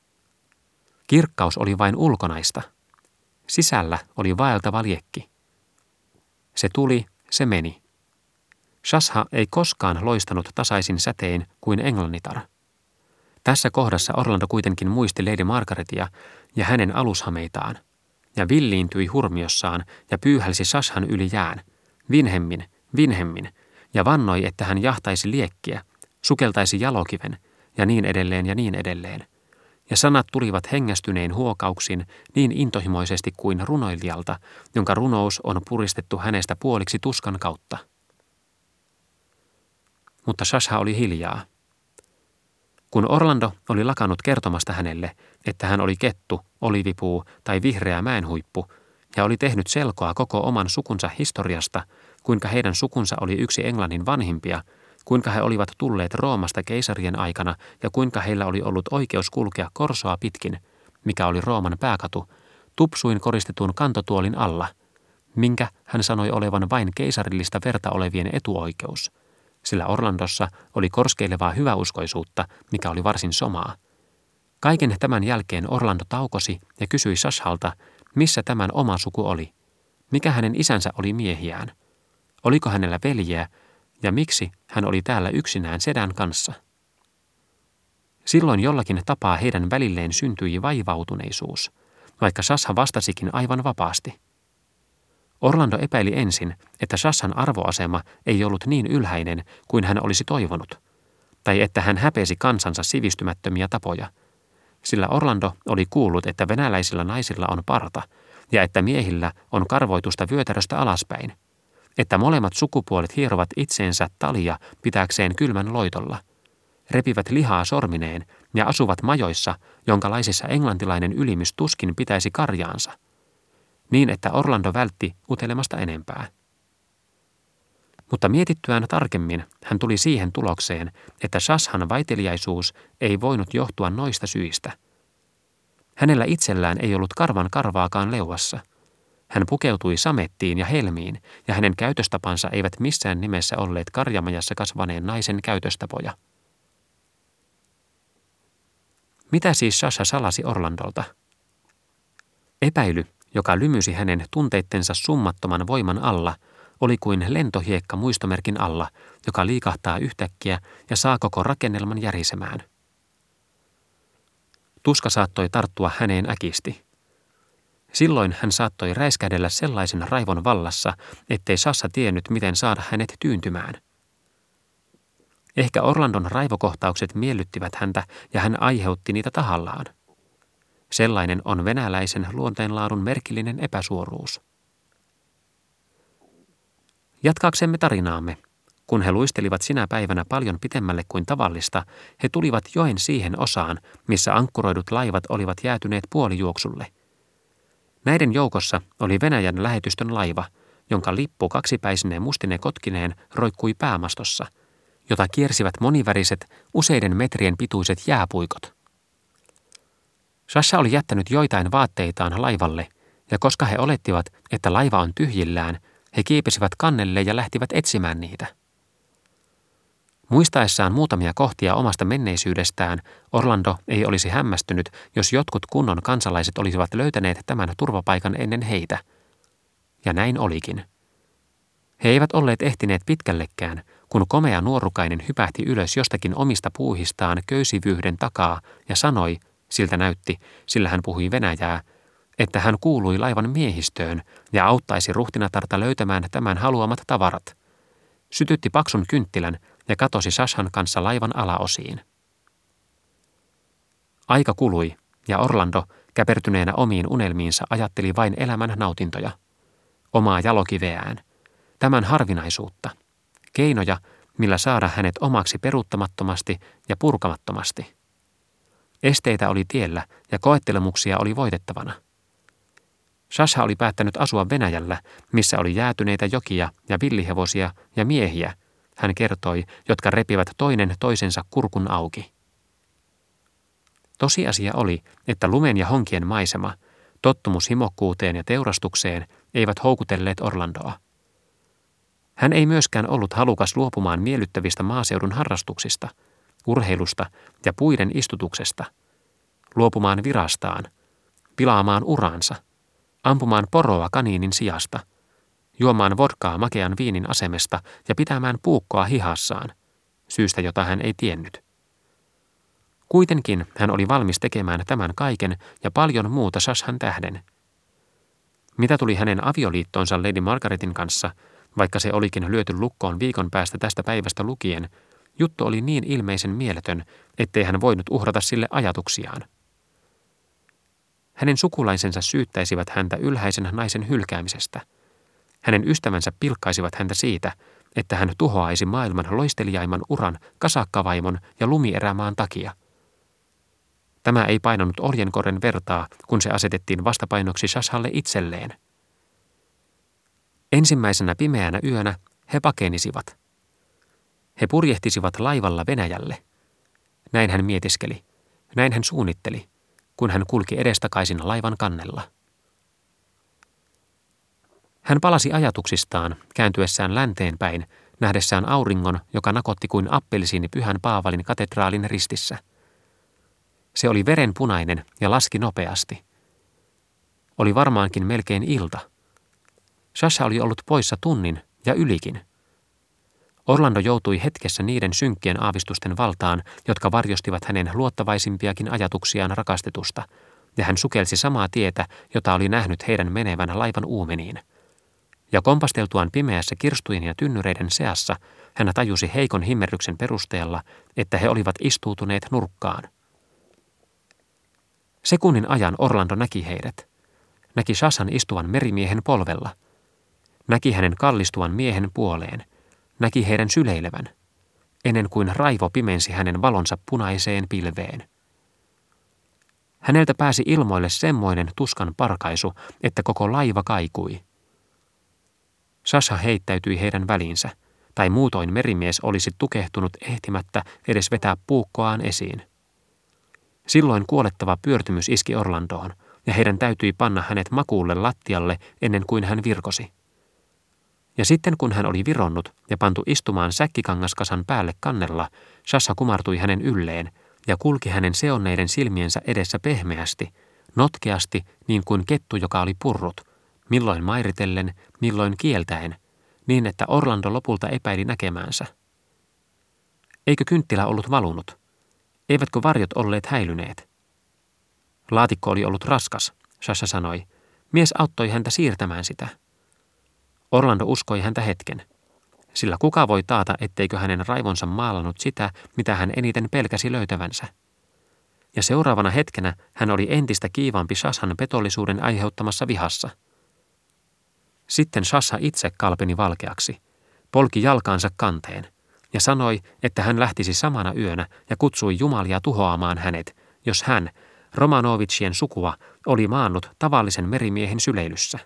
Speaker 2: Kirkkaus oli vain ulkonaista. Sisällä oli vaeltava liekki. Se tuli, se meni. Shasha ei koskaan loistanut tasaisin sätein kuin englannitar. Tässä kohdassa Orlando kuitenkin muisti Lady Margaretia ja hänen alushameitaan, ja villiintyi hurmiossaan ja pyyhälsi Shashan yli jään, vinhemmin, ja vannoi, että hän jahtaisi liekkiä, sukeltaisi jalokiven, ja niin edelleen ja niin edelleen. Ja sanat tulivat hengästynein huokauksin niin intohimoisesti kuin runoilijalta, jonka runous on puristettu hänestä puoliksi tuskan kautta. Mutta Shasha oli hiljaa. Kun Orlando oli lakannut kertomasta hänelle, että hän oli kettu, olivipuu tai vihreä mäenhuippu, ja oli tehnyt selkoa koko oman sukunsa historiasta, kuinka heidän sukunsa oli yksi Englannin vanhimpia, kuinka he olivat tulleet Roomasta keisarien aikana ja kuinka heillä oli ollut oikeus kulkea Korsoa pitkin, mikä oli Rooman pääkatu, tupsuin koristetun kantotuolin alla, minkä hän sanoi olevan vain keisarillista verta olevien etuoikeus, sillä Orlandossa oli korskeilevaa hyväuskoisuutta, mikä oli varsin somaa. Kaiken tämän jälkeen Orlando taukosi ja kysyi Shashalta, missä tämän oma suku oli, mikä hänen isänsä oli miehiään, oliko hänellä veljeä ja miksi hän oli täällä yksinään sedän kanssa. Silloin jollakin tapaa heidän välilleen syntyi vaivautuneisuus, vaikka Shasha vastasikin aivan vapaasti. Orlando epäili ensin, että Shashan arvoasema ei ollut niin ylhäinen kuin hän olisi toivonut, tai että hän häpesi kansansa sivistymättömiä tapoja, sillä Orlando oli kuullut, että venäläisillä naisilla on parta ja että miehillä on karvoitusta vyötäröstä alaspäin, että molemmat sukupuolet hierovat itseensä talia pitääkseen kylmän loitolla, repivät lihaa sormineen ja asuvat majoissa, jonkalaisissa englantilainen ylimys tuskin pitäisi karjaansa, niin että Orlando vältti utelemasta enempää. Mutta mietittyään tarkemmin hän tuli siihen tulokseen, että Shashan vaiteliaisuus ei voinut johtua noista syistä. Hänellä itsellään ei ollut karvan karvaakaan leuassa. Hän pukeutui samettiin ja helmiin, ja hänen käytöstapansa eivät missään nimessä olleet karjamajassa kasvaneen naisen käytöstapoja. Mitä siis Shasha salasi Orlandolta? Epäily, joka lymysi hänen tunteittensa summattoman voiman alla, oli kuin lentohiekka muistomerkin alla, joka liikahtaa yhtäkkiä ja saa koko rakennelman järisemään. Tuska saattoi tarttua häneen äkisti. Silloin hän saattoi räiskähdellä sellaisen raivon vallassa, ettei Sasha tiennyt, miten saada hänet tyyntymään. Ehkä Orlandon raivokohtaukset miellyttivät häntä ja hän aiheutti niitä tahallaan. Sellainen on venäläisen luonteenlaadun merkillinen epäsuoruus. Jatkaaksemme tarinaamme. Kun he luistelivat sinä päivänä paljon pitemmälle kuin tavallista, he tulivat joen siihen osaan, missä ankkuroidut laivat olivat jäätyneet puolijuoksulle. Näiden joukossa oli Venäjän lähetystön laiva, jonka lippu kaksipäisineen mustine kotkineen roikkui päämastossa, jota kiersivät moniväriset, useiden metrien pituiset jääpuikot. Sasha oli jättänyt joitain vaatteitaan laivalle, ja koska he olettivat, että laiva on tyhjillään, he kiipesivät kannelle ja lähtivät etsimään niitä. Muistaessaan muutamia kohtia omasta menneisyydestään, Orlando ei olisi hämmästynyt, jos jotkut kunnon kansalaiset olisivat löytäneet tämän turvapaikan ennen heitä. Ja näin olikin. He eivät olleet ehtineet pitkällekään, kun komea nuorukainen hypähti ylös jostakin omista puuhistaan köysivyyhden takaa ja sanoi, siltä näytti, sillä hän puhui venäjää, että hän kuului laivan miehistöön ja auttaisi ruhtinatarta löytämään tämän haluamat tavarat. Sytytti paksun kynttilän ja katosi Sashan kanssa laivan alaosiin. Aika kului, ja Orlando, käpertyneenä omiin unelmiinsa, ajatteli vain elämän nautintoja. Omaa jalokiveään, tämän harvinaisuutta, keinoja, millä saada hänet omaksi peruuttamattomasti ja purkamattomasti. Esteitä oli tiellä ja koettelemuksia oli voitettavana. Sasha oli päättänyt asua Venäjällä, missä oli jäätyneitä jokia ja villihevosia ja miehiä, hän kertoi, jotka repivät toinen toisensa kurkun auki. Tosiasia oli, että lumen ja honkien maisema, tottumus himokkuuteen ja teurastukseen eivät houkutelleet Orlandoa. Hän ei myöskään ollut halukas luopumaan miellyttävistä maaseudun harrastuksista, urheilusta ja puiden istutuksesta, luopumaan virastaan, pilaamaan uraansa, ampumaan poroa kaniinin sijasta, juomaan vodkaa makean viinin asemesta ja pitämään puukkoa hihassaan, syystä jota hän ei tiennyt. Kuitenkin hän oli valmis tekemään tämän kaiken ja paljon muuta Sashan tähden. Mitä tuli hänen avioliittoonsa Lady Margaretin kanssa, vaikka se olikin lyöty lukkoon viikon päästä tästä päivästä lukien, juttu oli niin ilmeisen mieletön, ettei hän voinut uhrata sille ajatuksiaan. Hänen sukulaisensa syyttäisivät häntä ylhäisen naisen hylkäämisestä. Hänen ystävänsä pilkkaisivat häntä siitä, että hän tuhoaisi maailman loistelijaimman uran kasakkavaimon ja lumierämaan takia. Tämä ei painanut oljenkorren vertaa, kun se asetettiin vastapainoksi Sashalle itselleen. Ensimmäisenä pimeänä yönä he pakenisivat. He purjehtisivat laivalla Venäjälle. Näin hän mietiskeli, näin hän suunnitteli, kun hän kulki edestakaisin laivan kannella. Hän palasi ajatuksistaan, kääntyessään länteen päin, nähdessään auringon, joka nakotti kuin appelsiini Pyhän Paavalin katedraalin ristissä. Se oli verenpunainen ja laski nopeasti. Oli varmaankin melkein ilta. Sasha oli ollut poissa tunnin ja ylikin. Orlando joutui hetkessä niiden synkkien aavistusten valtaan, jotka varjostivat hänen luottavaisimpiakin ajatuksiaan rakastetusta, ja hän sukelsi samaa tietä, jota oli nähnyt heidän menevän laivan uumeniin. Ja kompasteltuaan pimeässä kirstujen ja tynnyreiden seassa, hän tajusi heikon himmerryksen perusteella, että he olivat istuutuneet nurkkaan. Sekunnin ajan Orlando näki heidät. Näki Sashan istuvan merimiehen polvella. Näki hänen kallistuvan miehen puoleen. Näki heidän syleilevän, ennen kuin raivo pimensi hänen valonsa punaiseen pilveen. Häneltä pääsi ilmoille semmoinen tuskan parkaisu, että koko laiva kaikui. Sasha heittäytyi heidän väliinsä, tai muutoin merimies olisi tukehtunut ehtimättä edes vetää puukkoaan esiin. Silloin kuolettava pyörtymys iski Orlandoon, ja heidän täytyi panna hänet makuulle lattialle ennen kuin hän virkosi. Ja sitten kun hän oli vironnut ja pantu istumaan säkkikangaskasan päälle kannella, Sasha kumartui hänen ylleen ja kulki hänen seonneiden silmiensä edessä pehmeästi, notkeasti niin kuin kettu, joka oli purrut, milloin mairitellen, milloin kieltäen, niin että Orlando lopulta epäili näkemäänsä. Eikö kynttilä ollut valunut? Eivätkö varjot olleet häilyneet? Laatikko oli ollut raskas, Sasha sanoi. Mies auttoi häntä siirtämään sitä. Orlando uskoi häntä hetken. Sillä kuka voi taata, etteikö hänen raivonsa maalannut sitä, mitä hän eniten pelkäsi löytävänsä. Ja seuraavana hetkenä hän oli entistä kiivaampi Shashan petollisuuden aiheuttamassa vihassa. Sitten Sasha itse kalpeni valkeaksi, polki jalkaansa kanteen ja sanoi, että hän lähtisi samana yönä ja kutsui jumalia tuhoamaan hänet, jos hän, Romanovicien sukua, oli maannut tavallisen merimiehen syleilyssä.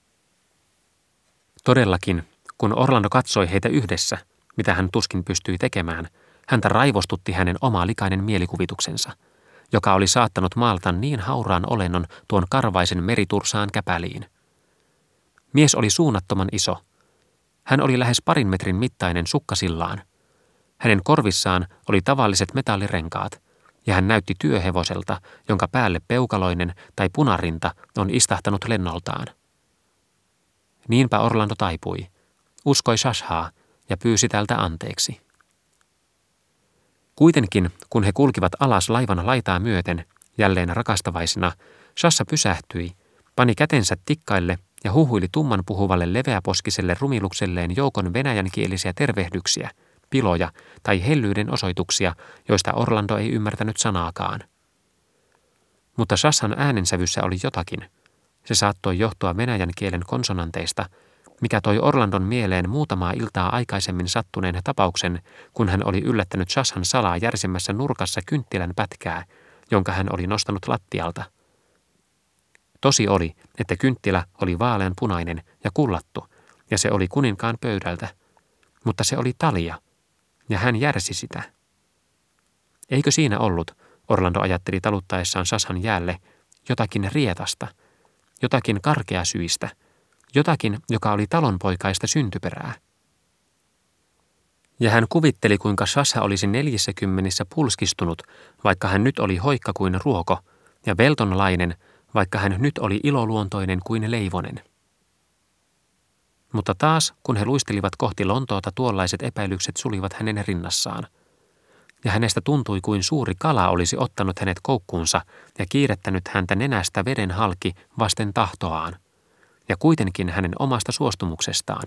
Speaker 2: Todellakin, kun Orlando katsoi heitä yhdessä, mitä hän tuskin pystyi tekemään, häntä raivostutti hänen oma likainen mielikuvituksensa, joka oli saattanut maalata niin hauraan olennon tuon karvaisen meritursaan käpäliin. Mies oli suunnattoman iso. Hän oli lähes 2 metrin mittainen sukkasillaan. Hänen korvissaan oli tavalliset metallirenkaat, ja hän näytti työhevoselta, jonka päälle peukaloinen tai punarinta on istahtanut lennoltaan. Niinpä Orlando taipui, uskoi Shashaa ja pyysi tältä anteeksi. Kuitenkin, kun he kulkivat alas laivan laitaa myöten, jälleen rakastavaisina, Shasha pysähtyi, pani kätensä tikkaille ja huhuili tumman puhuvalle leveäposkiselle rumilukselleen joukon venäjänkielisiä tervehdyksiä, piloja tai hellyyden osoituksia, joista Orlando ei ymmärtänyt sanaakaan. Mutta Shashan äänensävyssä oli jotakin. Se saattoi johtua venäjän kielen konsonanteista, mikä toi Orlandon mieleen muutamaa iltaa aikaisemmin sattuneen tapauksen, kun hän oli yllättänyt Shashan salaa järsemmässä nurkassa kynttilän pätkää, jonka hän oli nostanut lattialta. Tosi oli, että kynttilä oli vaaleanpunainen ja kullattu, ja se oli kuninkaan pöydältä, mutta se oli talia, ja hän järsi sitä. Eikö siinä ollut, Orlando ajatteli taluttaessaan Shashan jäälle, jotakin rietasta, jotakin karkeasyistä, jotakin, joka oli talonpoikaista syntyperää. Ja hän kuvitteli, kuinka Shasha olisi 40 pulskistunut, vaikka hän nyt oli hoikka kuin ruoko, ja veltonlainen, vaikka hän nyt oli iloluontoinen kuin leivonen. Mutta taas, kun he luistelivat kohti Lontoota, tuollaiset epäilykset sulivat hänen rinnassaan. Ja hänestä tuntui kuin suuri kala olisi ottanut hänet koukkuunsa ja kiirettänyt häntä nenästä veden halki vasten tahtoaan, ja kuitenkin hänen omasta suostumuksestaan.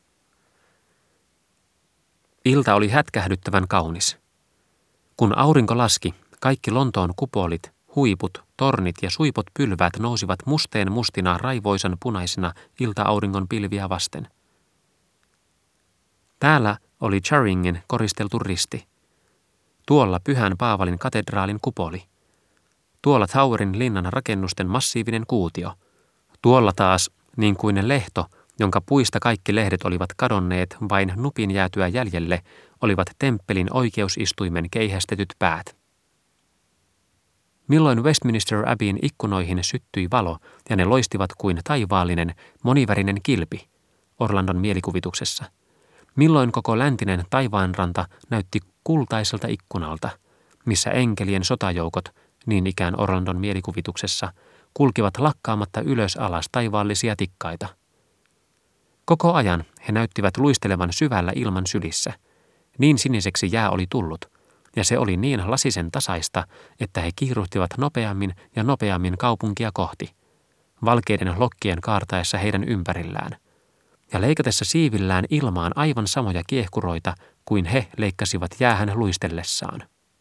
Speaker 2: Ilta oli hätkähdyttävän kaunis. Kun aurinko laski, kaikki Lontoon kupolit, huiput, tornit ja suipot pylväät nousivat musteen mustina raivoisan punaisina ilta-auringon pilviä vasten. Täällä oli Charingin koristeltu risti. Tuolla Pyhän Paavalin katedraalin kupoli. Tuolla Towerin linnan rakennusten massiivinen kuutio. Tuolla taas, niin kuin lehto, jonka puista kaikki lehdet olivat kadonneet vain nupin jäätyä jäljelle, olivat temppelin oikeusistuimen keihästetyt päät. Milloin Westminster Abbeyn ikkunoihin syttyi valo ja ne loistivat kuin taivaallinen, monivärinen kilpi, Orlandon mielikuvituksessa. Milloin koko läntinen taivaanranta näytti kultaiselta ikkunalta, missä enkelien sotajoukot, niin ikään Orlandon mielikuvituksessa, kulkivat lakkaamatta ylös alas taivaallisia tikkaita. Koko ajan he näyttivät luistelevan syvällä ilman sylissä. Niin siniseksi jää oli tullut, ja se oli niin lasisen tasaista, että he kiiruhtivat nopeammin ja nopeammin kaupunkia kohti, valkeiden lokkien kaartaessa heidän ympärillään, ja leikatessa siivillään ilmaan aivan samoja kiehkuroita kuin he leikkasivat jäähän luistellessaan.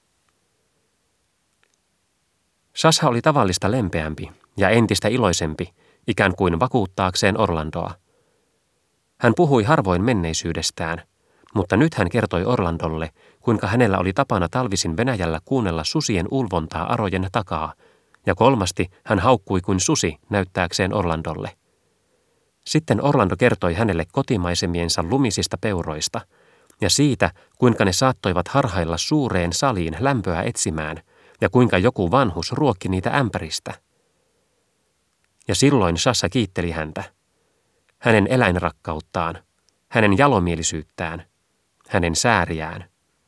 Speaker 2: Shasha oli tavallista lempeämpi ja entistä iloisempi, ikään kuin vakuuttaakseen Orlandoa. Hän puhui harvoin menneisyydestään, mutta nyt hän kertoi Orlandolle, kuinka hänellä oli tapana talvisin Venäjällä kuunnella susien ulvontaa arojen takaa, ja kolmasti hän haukkui kuin susi näyttääkseen Orlandolle. Sitten Orlando kertoi hänelle kotimaisemiensa lumisista peuroista, ja siitä, kuinka ne saattoivat harhailla suureen saliin lämpöä etsimään, ja kuinka joku vanhus ruokki niitä ämpäristä. Ja silloin Shasha kiitteli häntä, hänen eläinrakkauttaan, hänen jalomielisyyttään, hänen sääriään.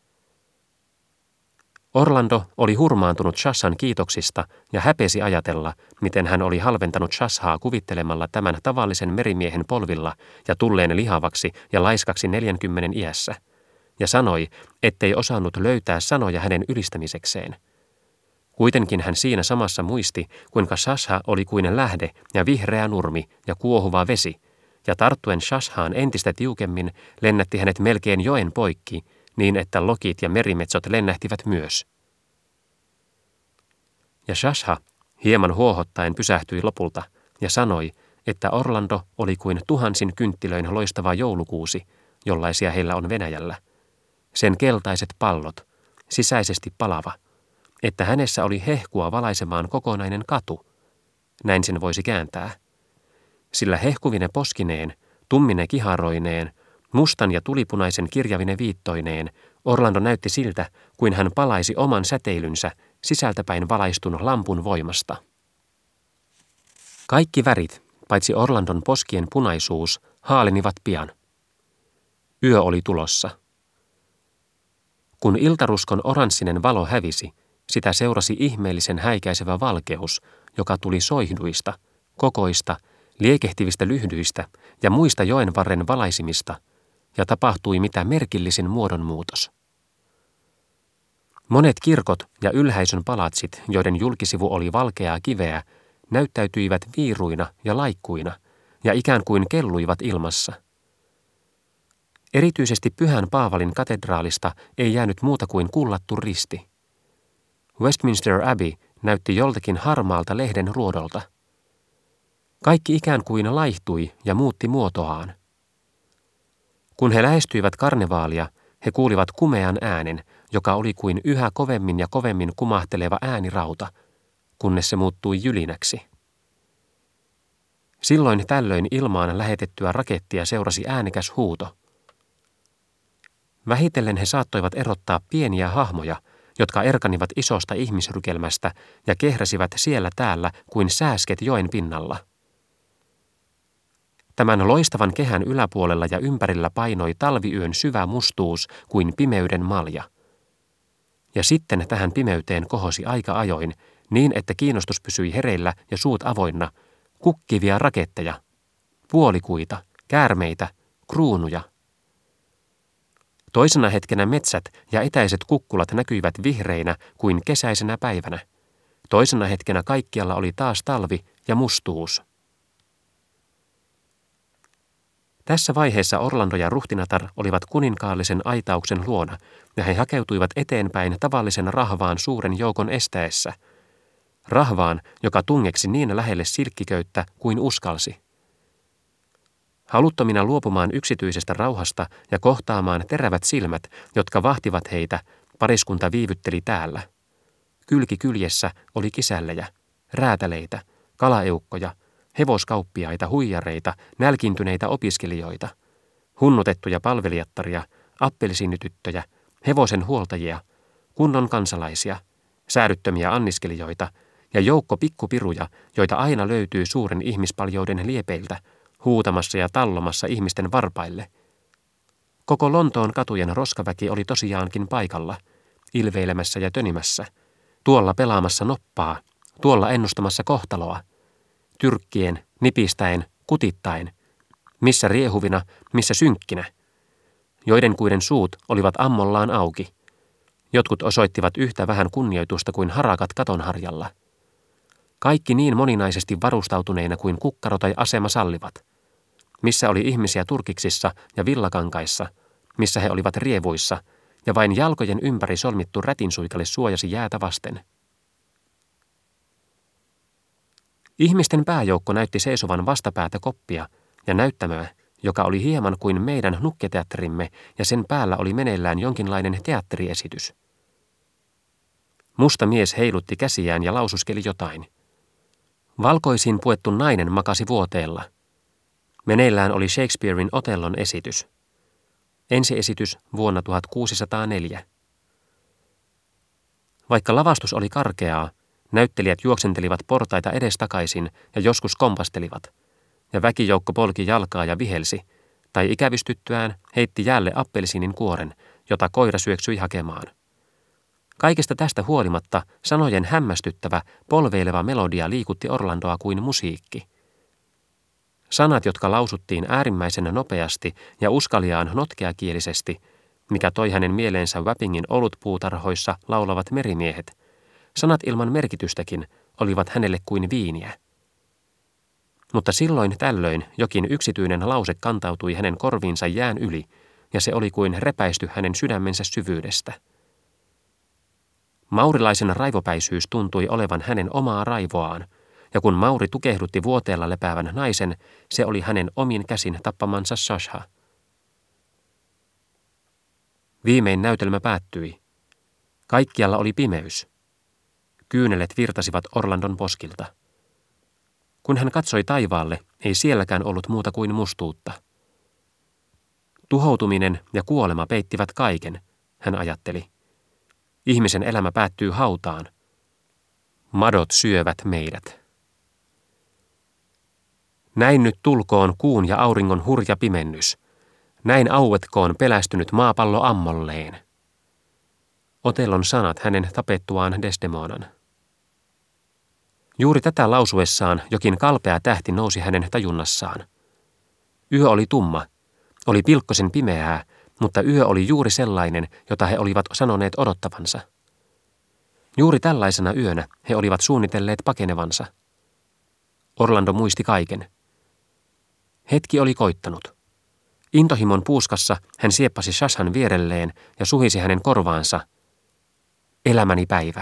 Speaker 2: Orlando oli hurmaantunut Shashan kiitoksista ja häpesi ajatella, miten hän oli halventanut Shashaa kuvittelemalla tämän tavallisen merimiehen polvilla ja tulleen lihavaksi ja laiskaksi 40 iässä, ja sanoi, ettei osannut löytää sanoja hänen ylistämisekseen. Kuitenkin hän siinä samassa muisti, kuinka Shasha oli kuin lähde ja vihreä nurmi ja kuohuva vesi, ja tarttuen Shashaan entistä tiukemmin lennätti hänet melkein joen poikki, niin että lokit ja merimetsot lennähtivät myös. Ja Shasha hieman huohottaen pysähtyi lopulta ja sanoi, että Orlando oli kuin tuhansin kynttilöin loistava joulukuusi, jollaisia heillä on Venäjällä. Sen keltaiset pallot, sisäisesti palava, että hänessä oli hehkua valaisemaan kokonainen katu. Näin sen voisi kääntää. Sillä hehkuvine poskineen, tummine kiharoineen, mustan ja tulipunaisen kirjavine viittoineen, Orlando näytti siltä, kuin hän palaisi oman säteilynsä sisältäpäin valaistun lampun voimasta. Kaikki värit, paitsi Orlandon poskien punaisuus, haalenivat pian. Yö oli tulossa. Kun iltaruskon oranssinen valo hävisi, sitä seurasi ihmeellisen häikäisevä valkeus, joka tuli soihduista, kokoista, liekehtivistä lyhdyistä ja muista joenvarren valaisimista, ja tapahtui mitä merkillisin muodonmuutos. Monet kirkot ja ylhäisön palatsit, joiden julkisivu oli valkeaa kiveä, näyttäytyivät viiruina ja laikkuina ja ikään kuin kelluivat ilmassa. Erityisesti Pyhän Paavalin katedraalista ei jäänyt muuta kuin kullattu risti. Westminster Abbey näytti joltakin harmaalta lehden ruodolta. Kaikki ikään kuin laihtui ja muutti muotoaan. Kun he lähestyivät karnevaalia, he kuulivat kumean äänen, joka oli kuin yhä kovemmin ja kovemmin kumahteleva äänirauta, kunnes se muuttui jylinäksi. Silloin tällöin ilmaan lähetettyä rakettia seurasi äänekäs huuto. Vähitellen he saattoivat erottaa pieniä hahmoja, jotka erkanivat isosta ihmisrykelmästä ja kehräsivät siellä täällä kuin sääsket joen pinnalla. Tämän loistavan kehän yläpuolella ja ympärillä painoi talviyön syvä mustuus kuin pimeyden malja. Ja sitten tähän pimeyteen kohosi aika ajoin, niin että kiinnostus pysyi hereillä ja suut avoinna, kukkivia raketteja, puolikuita, käärmeitä, kruunuja. Toisena hetkenä metsät ja etäiset kukkulat näkyivät vihreinä kuin kesäisenä päivänä. Toisena hetkenä kaikkialla oli taas talvi ja mustuus. Tässä vaiheessa Orlando ja ruhtinatar olivat kuninkaallisen aitauksen luona, ja he hakeutuivat eteenpäin tavallisen rahvaan suuren joukon estäessä. Rahvaan, joka tungeksi niin lähelle silkkiköyttä kuin uskalsi. Haluttomina luopumaan yksityisestä rauhasta ja kohtaamaan terävät silmät, jotka vahtivat heitä, pariskunta viivytteli täällä. Kylki kyljessä oli kisällejä, räätäleitä, kalaeukkoja, hevoskauppiaita, huijareita, nälkintyneitä opiskelijoita, hunnutettuja palvelijattaria, appelsiinityttöjä, hevosen huoltajia, kunnon kansalaisia, säädyttömiä anniskelijoita ja joukko pikkupiruja, joita aina löytyy suuren ihmispaljouden liepeiltä, huutamassa ja tallomassa ihmisten varpaille. Koko Lontoon katujen roskaväki oli tosiaankin paikalla, ilveilemässä ja tönimässä, tuolla pelaamassa noppaa, tuolla ennustamassa kohtaloa, tyrkkien, nipistäen, kutittaen, missä riehuvina, missä synkkinä. Joidenkuiden suut olivat ammollaan auki. Jotkut osoittivat yhtä vähän kunnioitusta kuin harakat katonharjalla. Kaikki niin moninaisesti varustautuneina kuin kukkaro tai asema sallivat. Missä oli ihmisiä turkiksissa ja villakankaissa, missä he olivat rievuissa, ja vain jalkojen ympäri solmittu rätinsuikale suojasi jäätä vasten. Ihmisten pääjoukko näytti seisovan vastapäätä koppia ja näyttämöä, joka oli hieman kuin meidän nukketeatterimme, ja sen päällä oli meneillään jonkinlainen teatteriesitys. Musta mies heilutti käsiään ja laususkeli jotain. Valkoisiin puettu nainen makasi vuoteella. Meneillään oli Shakespearein Otellon esitys. Ensiesitys vuonna 1604. Vaikka lavastus oli karkeaa, näyttelijät juoksentelivat portaita edestakaisin ja joskus kompastelivat, ja väkijoukko polki jalkaa ja vihelsi, tai ikävystyttyään heitti jäälle appelsiinin kuoren, jota koira syöksyi hakemaan. Kaikesta tästä huolimatta sanojen hämmästyttävä, polveileva melodia liikutti Orlandoa kuin musiikki. Sanat, jotka lausuttiin äärimmäisen nopeasti ja uskaliaan notkeakielisesti, mikä toi hänen mieleensä Wappingin olutpuutarhoissa laulavat merimiehet, Sanat ilman merkitystäkin olivat hänelle kuin viiniä. Mutta silloin tällöin jokin yksityinen lause kantautui hänen korviinsa jään yli, ja se oli kuin repäisty hänen sydämensä syvyydestä. Maurilaisen raivopäisyys tuntui olevan hänen omaa raivoaan, ja kun Mauri tukehdutti vuoteella lepäävän naisen, se oli hänen omin käsin tappamansa Sasha. Viimein näytelmä päättyi. Kaikkialla oli pimeys. Kyynelet virtasivat Orlandon poskilta. Kun hän katsoi taivaalle, ei sielläkään ollut muuta kuin mustuutta. Tuhoutuminen ja kuolema peittivät kaiken, hän ajatteli. Ihmisen elämä päättyy hautaan. Madot syövät meidät. Näin nyt tulkoon kuun ja auringon hurja pimennys. Näin auetkoon pelästynyt maapallo ammolleen. Otellon sanat hänen tapettuaan Desdemonan. Juuri tätä lausuessaan jokin kalpea tähti nousi hänen tajunnassaan. Yö oli tumma, oli pilkkosen pimeää, mutta yö oli juuri sellainen, jota he olivat sanoneet odottavansa. Juuri tällaisena yönä he olivat suunnitelleet pakenevansa. Orlando muisti kaiken. Hetki oli koittanut. Intohimon puuskassa hän sieppasi Shashan vierelleen ja suhisi hänen korvaansa. Elämäni päivä.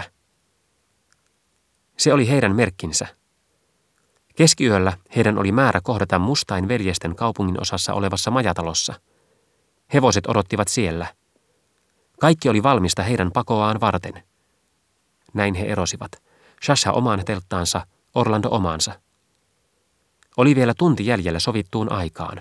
Speaker 2: Se oli heidän merkkinsä. Keskiyöllä heidän oli määrä kohdata Mustain veljesten kaupungin osassa olevassa majatalossa. Hevoset odottivat siellä. Kaikki oli valmista heidän pakoaan varten. Näin he erosivat. Shasha omaan telttaansa, Orlando omaansa. Oli vielä tunti jäljellä sovittuun aikaan.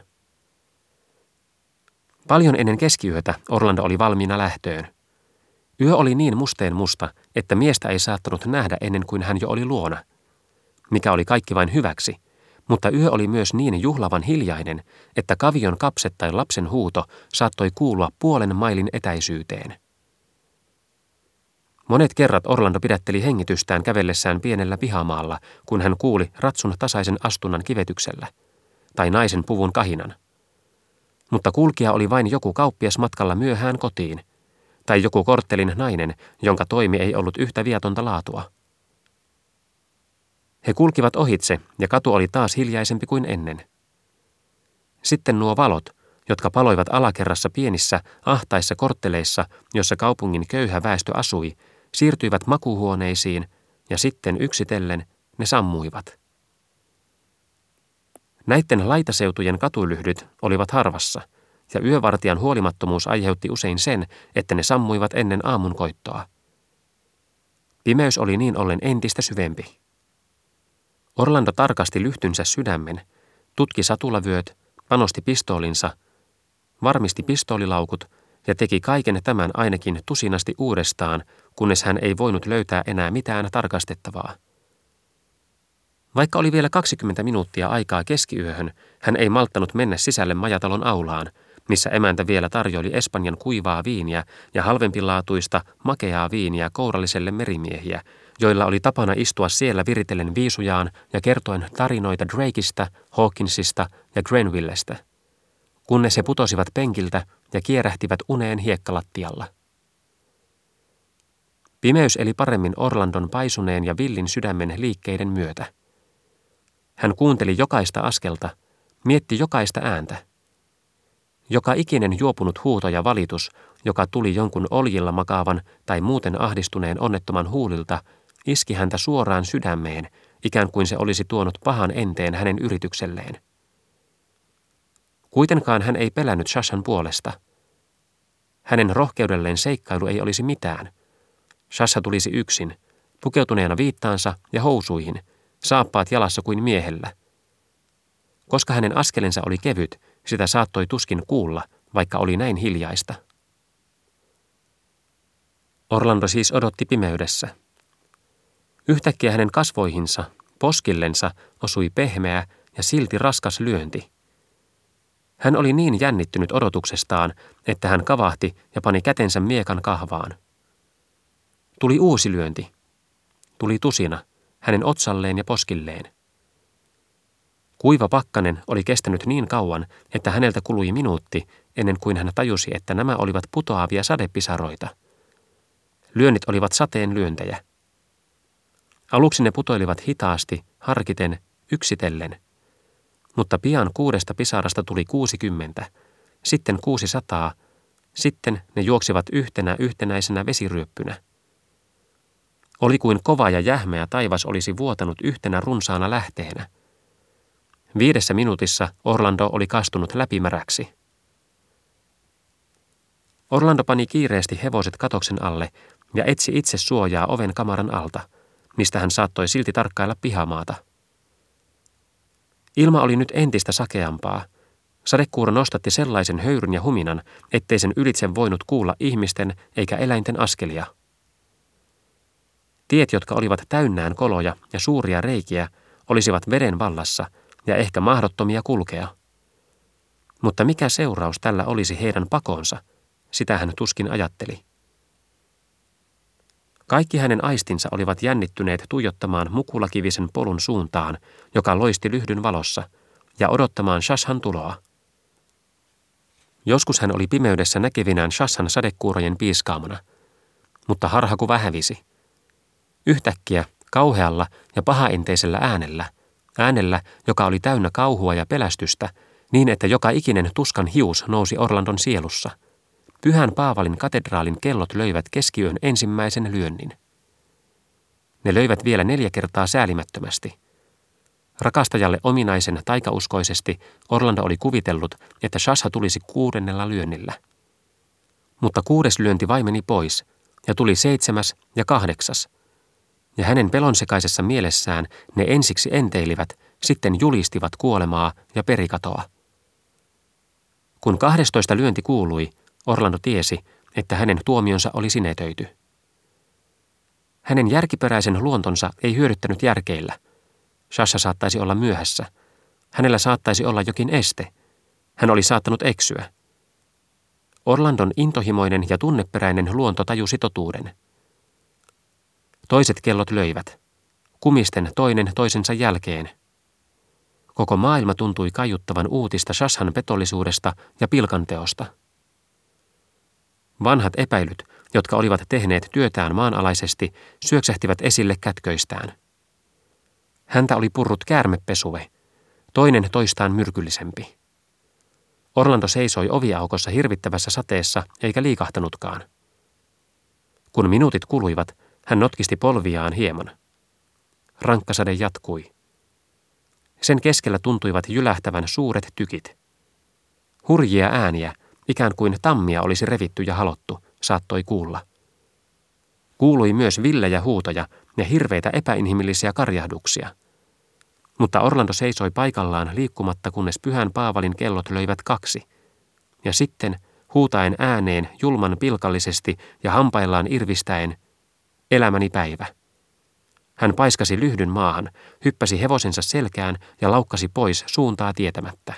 Speaker 2: Paljon ennen keskiyötä Orlando oli valmiina lähtöön. Yö oli niin musteen musta, että miestä ei saattanut nähdä ennen kuin hän jo oli luona. Mikä oli kaikki vain hyväksi, mutta yö oli myös niin juhlavan hiljainen, että kavion kapse tai lapsen huuto saattoi kuulua 0,5 mailin etäisyyteen. Monet kerrat Orlando pidätteli hengitystään kävellessään pienellä pihamaalla, kun hän kuuli ratsun tasaisen astunnan kivetyksellä, tai naisen puvun kahinan. Mutta kulkija oli vain joku kauppias matkalla myöhään kotiin, tai joku korttelin nainen, jonka toimi ei ollut yhtä viatonta laatua. He kulkivat ohitse, ja katu oli taas hiljaisempi kuin ennen. Sitten nuo valot, jotka paloivat alakerrassa pienissä, ahtaissa kortteleissa, jossa kaupungin köyhä väestö asui, siirtyivät makuuhuoneisiin, ja sitten yksitellen ne sammuivat. Näiden laitaseutujen katulyhdyt olivat harvassa, ja yövartijan huolimattomuus aiheutti usein sen, että ne sammuivat ennen aamunkoittoa. Pimeys oli niin ollen entistä syvempi. Orlando tarkasti lyhtynsä sydämen, tutki satulavyöt, panosti pistoolinsa, varmisti pistoolilaukut ja teki kaiken tämän ainakin tusinasti uudestaan, kunnes hän ei voinut löytää enää mitään tarkastettavaa. Vaikka oli vielä 20 minuuttia aikaa keskiyöhön, hän ei malttanut mennä sisälle majatalon aulaan, missä emäntä vielä tarjoili Espanjan kuivaa viiniä ja halvempilaatuista makeaa viiniä kouralliselle merimiehiä, joilla oli tapana istua siellä viritellen viisujaan ja kertoen tarinoita Drakeista, Hawkinsista ja Grenvillestä, kunnes he putosivat penkiltä ja kierähtivät uneen hiekkalattialla. Pimeys eli paremmin Orlandon paisuneen ja villin sydämen liikkeiden myötä. Hän kuunteli jokaista askelta, mietti jokaista ääntä. Joka ikinen juopunut huuto ja valitus, joka tuli jonkun oljilla makaavan tai muuten ahdistuneen onnettoman huulilta, iski häntä suoraan sydämeen, ikään kuin se olisi tuonut pahan enteen hänen yritykselleen. Kuitenkaan hän ei pelännyt Shashan puolesta. Hänen rohkeudelleen seikkailu ei olisi mitään. Shasha tulisi yksin, pukeutuneena viittaansa ja housuihin, saappaat jalassa kuin miehellä. Koska hänen askelensa oli kevyt, sitä saattoi tuskin kuulla, vaikka oli näin hiljaista. Orlando siis odotti pimeydessä. Yhtäkkiä hänen kasvoihinsa, poskillensa, osui pehmeä ja silti raskas lyönti. Hän oli niin jännittynyt odotuksestaan, että hän kavahti ja pani kätensä miekan kahvaan. Tuli uusi lyönti. Tuli tusina, hänen otsalleen ja poskilleen. Kuiva pakkanen oli kestänyt niin kauan, että häneltä kului minuutti ennen kuin hän tajusi, että nämä olivat putoavia sadepisaroita. Lyönnit olivat sateen lyöntejä. Aluksi ne putoilivat hitaasti, harkiten, yksitellen. Mutta pian 6 pisarasta tuli 60, sitten 600, sitten ne juoksivat yhtenäisenä vesiryöppynä. Oli kuin kova ja jähmeä taivas olisi vuotanut yhtenä runsaana lähteenä. 5 minuutissa Orlando oli kastunut läpimäräksi. Orlando pani kiireesti hevoset katoksen alle ja etsi itse suojaa oven kamaran alta, mistä hän saattoi silti tarkkailla pihamaata. Ilma oli nyt entistä sakeampaa. Sadekuuro nostatti sellaisen höyryn ja huminan, ettei sen ylitse voinut kuulla ihmisten eikä eläinten askelia. Tiet, jotka olivat täynnään koloja ja suuria reikiä, olisivat veden vallassa ja ehkä mahdottomia kulkea. Mutta mikä seuraus tällä olisi heidän pakoonsa, sitä hän tuskin ajatteli. Kaikki hänen aistinsa olivat jännittyneet tuijottamaan mukulakivisen polun suuntaan, joka loisti lyhdyn valossa, ja odottamaan Shashan tuloa. Joskus hän oli pimeydessä näkevinään Shashan sadekuurojen piiskaamana, mutta harhakuva hävisi. Yhtäkkiä, kauhealla ja pahaenteisellä äänellä, joka oli täynnä kauhua ja pelästystä, niin että joka ikinen tuskan hius nousi Orlandon sielussa, Pyhän Paavalin katedraalin kellot löivät keskiyön ensimmäisen lyönnin. Ne löivät vielä 4 kertaa säälimättömästi. Rakastajalle ominaisen taikauskoisesti Orlando oli kuvitellut, että Shasha tulisi 6. lyönnillä. Mutta 6. lyönti vaimeni pois, ja tuli 7. ja 8. Ja hänen pelonsekaisessa mielessään ne ensiksi enteilivät, sitten julistivat kuolemaa ja perikatoa. Kun 12. lyönti kuului, Orlando tiesi, että hänen tuomionsa oli sinetöity. Hänen järkiperäisen luontonsa ei hyödyttänyt järkeillä. Shasha saattaisi olla myöhässä. Hänellä saattaisi olla jokin este. Hän oli saattanut eksyä. Orlandon intohimoinen ja tunneperäinen luonto tajusi totuuden. Toiset kellot löivät, kumisten toinen toisensa jälkeen. Koko maailma tuntui kaiuttavan uutista Shashan petollisuudesta ja pilkanteosta. Vanhat epäilyt, jotka olivat tehneet työtään maanalaisesti, syöksähtivät esille kätköistään. Häntä oli purrut käärmepesuve, toinen toistaan myrkyllisempi. Orlando seisoi oviaukossa hirvittävässä sateessa eikä liikahtanutkaan. Kun minuutit kuluivat, hän notkisti polviaan hieman. Rankkasade jatkui. Sen keskellä tuntuivat jylähtävän suuret tykit. Hurjia ääniä, ikään kuin tammia olisi revitty ja halottu, saattoi kuulla. Kuului myös villejä huutoja ja hirveitä epäinhimillisiä karjahduksia. Mutta Orlando seisoi paikallaan liikkumatta, kunnes Pyhän Paavalin kellot löivät 2. Ja sitten, huutaen ääneen julman pilkallisesti ja hampaillaan irvistäen, elämäni päivä. Hän paiskasi lyhdyn maahan, hyppäsi hevosensa selkään ja laukkasi pois suuntaa tietämättä.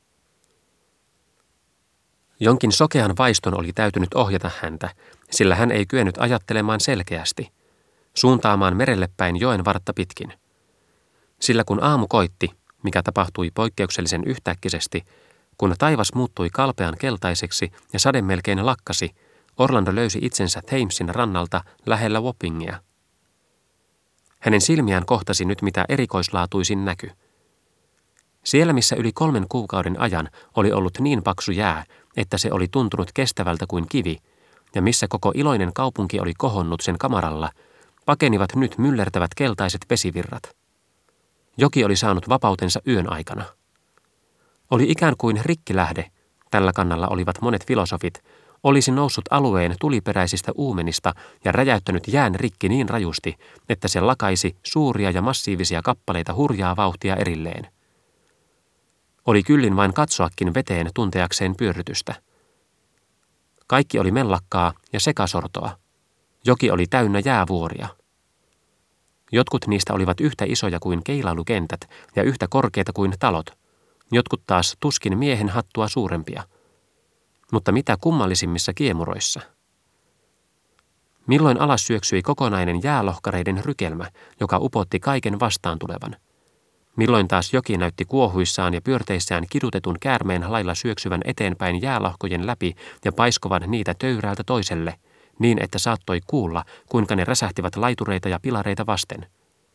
Speaker 2: Jonkin sokean vaiston oli täytynyt ohjata häntä, sillä hän ei kyennyt ajattelemaan selkeästi, suuntaamaan merelle päin joen vartta pitkin. Sillä kun aamu koitti, mikä tapahtui poikkeuksellisen yhtäkkisesti, kun taivas muuttui kalpean keltaiseksi ja sade melkein lakkasi, Orlando löysi itsensä Thamesin rannalta lähellä Wappingia. Hänen silmiään kohtasi nyt mitä erikoislaatuisin näky. Siellä, missä yli 3 kuukauden ajan oli ollut niin paksu jää, että se oli tuntunut kestävältä kuin kivi, ja missä koko iloinen kaupunki oli kohonnut sen kamaralla, pakenivat nyt myllertävät keltaiset vesivirrat. Joki oli saanut vapautensa yön aikana. Oli ikään kuin rikkilähde, tällä kannalla olivat monet filosofit, olisi noussut alueen tuliperäisistä uumenista ja räjäyttänyt jään rikki niin rajusti, että se lakaisi suuria ja massiivisia kappaleita hurjaa vauhtia erilleen. Oli kyllin vain katsoakin veteen tunteakseen pyörrytystä. Kaikki oli mellakkaa ja sekasortoa. Joki oli täynnä jäävuoria. Jotkut niistä olivat yhtä isoja kuin keilailukentät ja yhtä korkeita kuin talot, jotkut taas tuskin miehen hattua suurempia. Mutta mitä kummallisimmissa kiemuroissa. Milloin alas syöksyi kokonainen jäälohkareiden rykelmä, joka upotti kaiken vastaan tulevan. Milloin taas joki näytti kuohuissaan ja pyörteissään kidutetun käärmeen lailla syöksyvän eteenpäin jäälohkojen läpi ja paiskovan niitä töyräältä toiselle, niin että saattoi kuulla, kuinka ne räsähtivät laitureita ja pilareita vasten.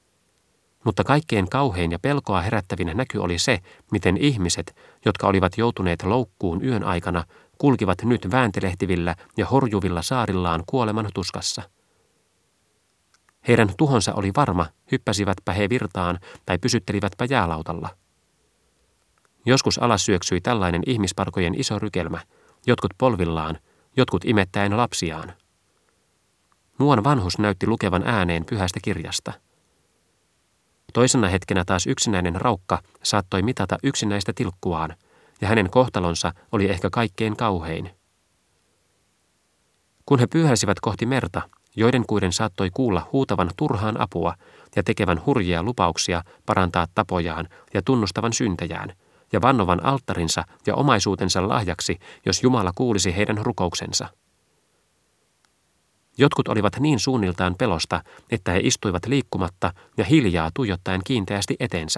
Speaker 2: Mutta kaikkein kauhein ja pelkoa herättävin näky oli se, miten ihmiset, jotka olivat joutuneet loukkuun yön aikana, kulkivat nyt vääntelehtivillä ja horjuvilla saarillaan kuoleman tuskassa. Heidän tuhonsa oli varma, hyppäsivätpä he virtaan tai pysyttelivätpä jäälautalla. Joskus alas syöksyi tällainen ihmisparkojen iso rykelmä, jotkut polvillaan, jotkut imettäen lapsiaan. Muuan vanhus näytti lukevan ääneen pyhästä kirjasta. Toisena hetkenä taas yksinäinen raukka saattoi mitata yksinäistä tilkkuaan, ja hänen kohtalonsa oli ehkä kaikkein kauhein. Kun he pyyhälsivät kohti merta, joidenkuiden saattoi kuulla huutavan turhaan apua ja tekevän hurjia lupauksia parantaa tapojaan ja tunnustavan syntejään, ja vannovan alttarinsa ja omaisuutensa lahjaksi, jos Jumala kuulisi heidän rukouksensa. Jotkut olivat niin suunniltaan pelosta, että he istuivat liikkumatta ja hiljaa tuijottaen kiinteästi eteensä.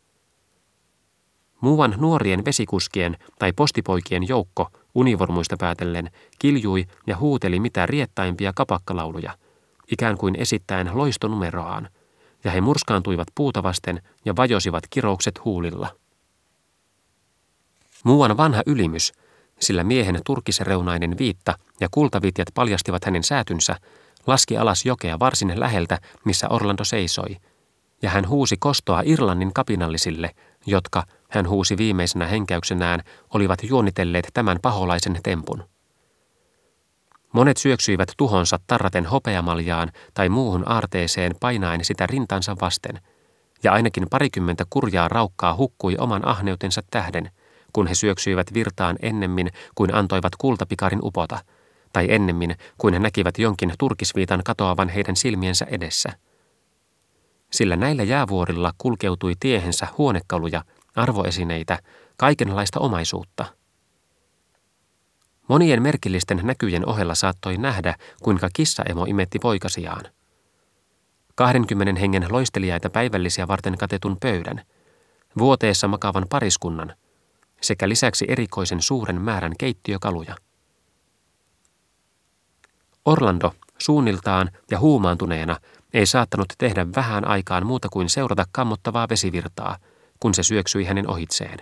Speaker 2: Muuan nuorien vesikuskien tai postipoikien joukko, univormuista päätellen, kiljui ja huuteli mitä riettaimpia kapakkalauluja, ikään kuin esittäen loistonumeroaan, ja he murskaantuivat puuta vasten ja vajosivat kiroukset huulilla. Muuan vanha ylimys, sillä miehen turkisreunainen viitta ja kultavitjat paljastivat hänen säätynsä, laski alas jokea varsin läheltä, missä Orlando seisoi, ja hän huusi kostoa Irlannin kapinallisille, jotka, hän huusi viimeisenä henkäyksenään, olivat juonitelleet tämän paholaisen tempun. Monet syöksyivät tuhonsa tarraten hopeamaljaan tai muuhun aarteeseen painaen sitä rintansa vasten, ja ainakin 20 kurjaa raukkaa hukkui oman ahneutensa tähden, kun he syöksyivät virtaan ennemmin kuin antoivat kultapikarin upota, tai ennemmin kuin he näkivät jonkin turkisviitan katoavan heidän silmiensä edessä. Sillä näillä jäävuorilla kulkeutui tiehensä huonekaluja, arvoesineitä, kaikenlaista omaisuutta. Monien merkillisten näkyjen ohella saattoi nähdä, kuinka kissaemo imetti poikasiaan. 20 hengen loistelijaita päivällisiä varten katetun pöydän, vuoteessa makavan pariskunnan, sekä lisäksi erikoisen suuren määrän keittiökaluja. Orlando, suunniltaan ja huumaantuneena, ei saattanut tehdä vähään aikaan muuta kuin seurata kammottavaa vesivirtaa, kun se syöksyi hänen ohitseen.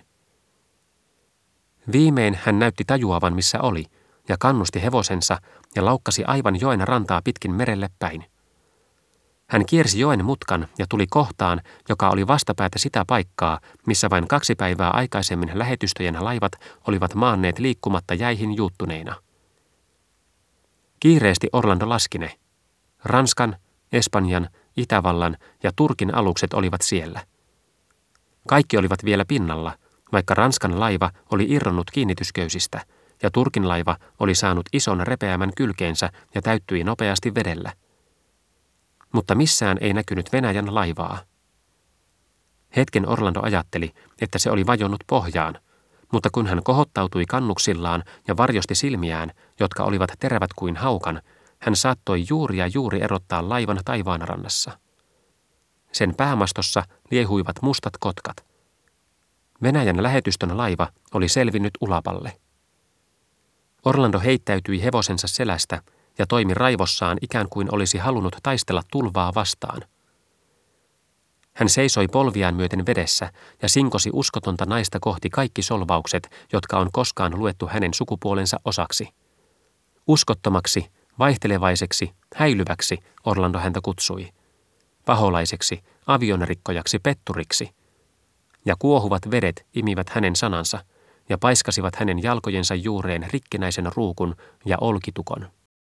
Speaker 2: Viimein hän näytti tajuavan, missä oli, ja kannusti hevosensa ja laukkasi aivan joen rantaa pitkin merelle päin. Hän kiersi joen mutkan ja tuli kohtaan, joka oli vastapäätä sitä paikkaa, missä vain 2 päivää aikaisemmin lähetystöjen laivat olivat maanneet liikkumatta jäihin juuttuneina. Kiireesti Orlando laski ne. Ranskan, Espanjan, Itävallan ja Turkin alukset olivat siellä. Kaikki olivat vielä pinnalla, vaikka Ranskan laiva oli irronnut kiinnitysköysistä, ja Turkin laiva oli saanut ison repeämän kylkeensä ja täyttyi nopeasti vedellä. Mutta missään ei näkynyt Venäjän laivaa. Hetken Orlando ajatteli, että se oli vajonnut pohjaan, mutta kun hän kohottautui kannuksillaan ja varjosti silmiään, jotka olivat terävät kuin haukan, hän saattoi juuri ja juuri erottaa laivan taivaanrannassa. Sen päämastossa liehuivat mustat kotkat. Venäjän lähetystön laiva oli selvinnyt ulapalle. Orlando heittäytyi hevosensa selästä ja toimi raivossaan ikään kuin olisi halunnut taistella tulvaa vastaan. Hän seisoi polviaan myöten vedessä ja sinkosi uskotonta naista kohti kaikki solvaukset, jotka on koskaan luettu hänen sukupuolensa osaksi. Uskottomaksi, vaihtelevaiseksi, häilyväksi Orlando häntä kutsui. Paholaiseksi, avionrikkojaksi, petturiksi. Ja kuohuvat vedet imivät hänen sanansa ja paiskasivat hänen jalkojensa juureen rikkinäisen ruukun ja olkitukon.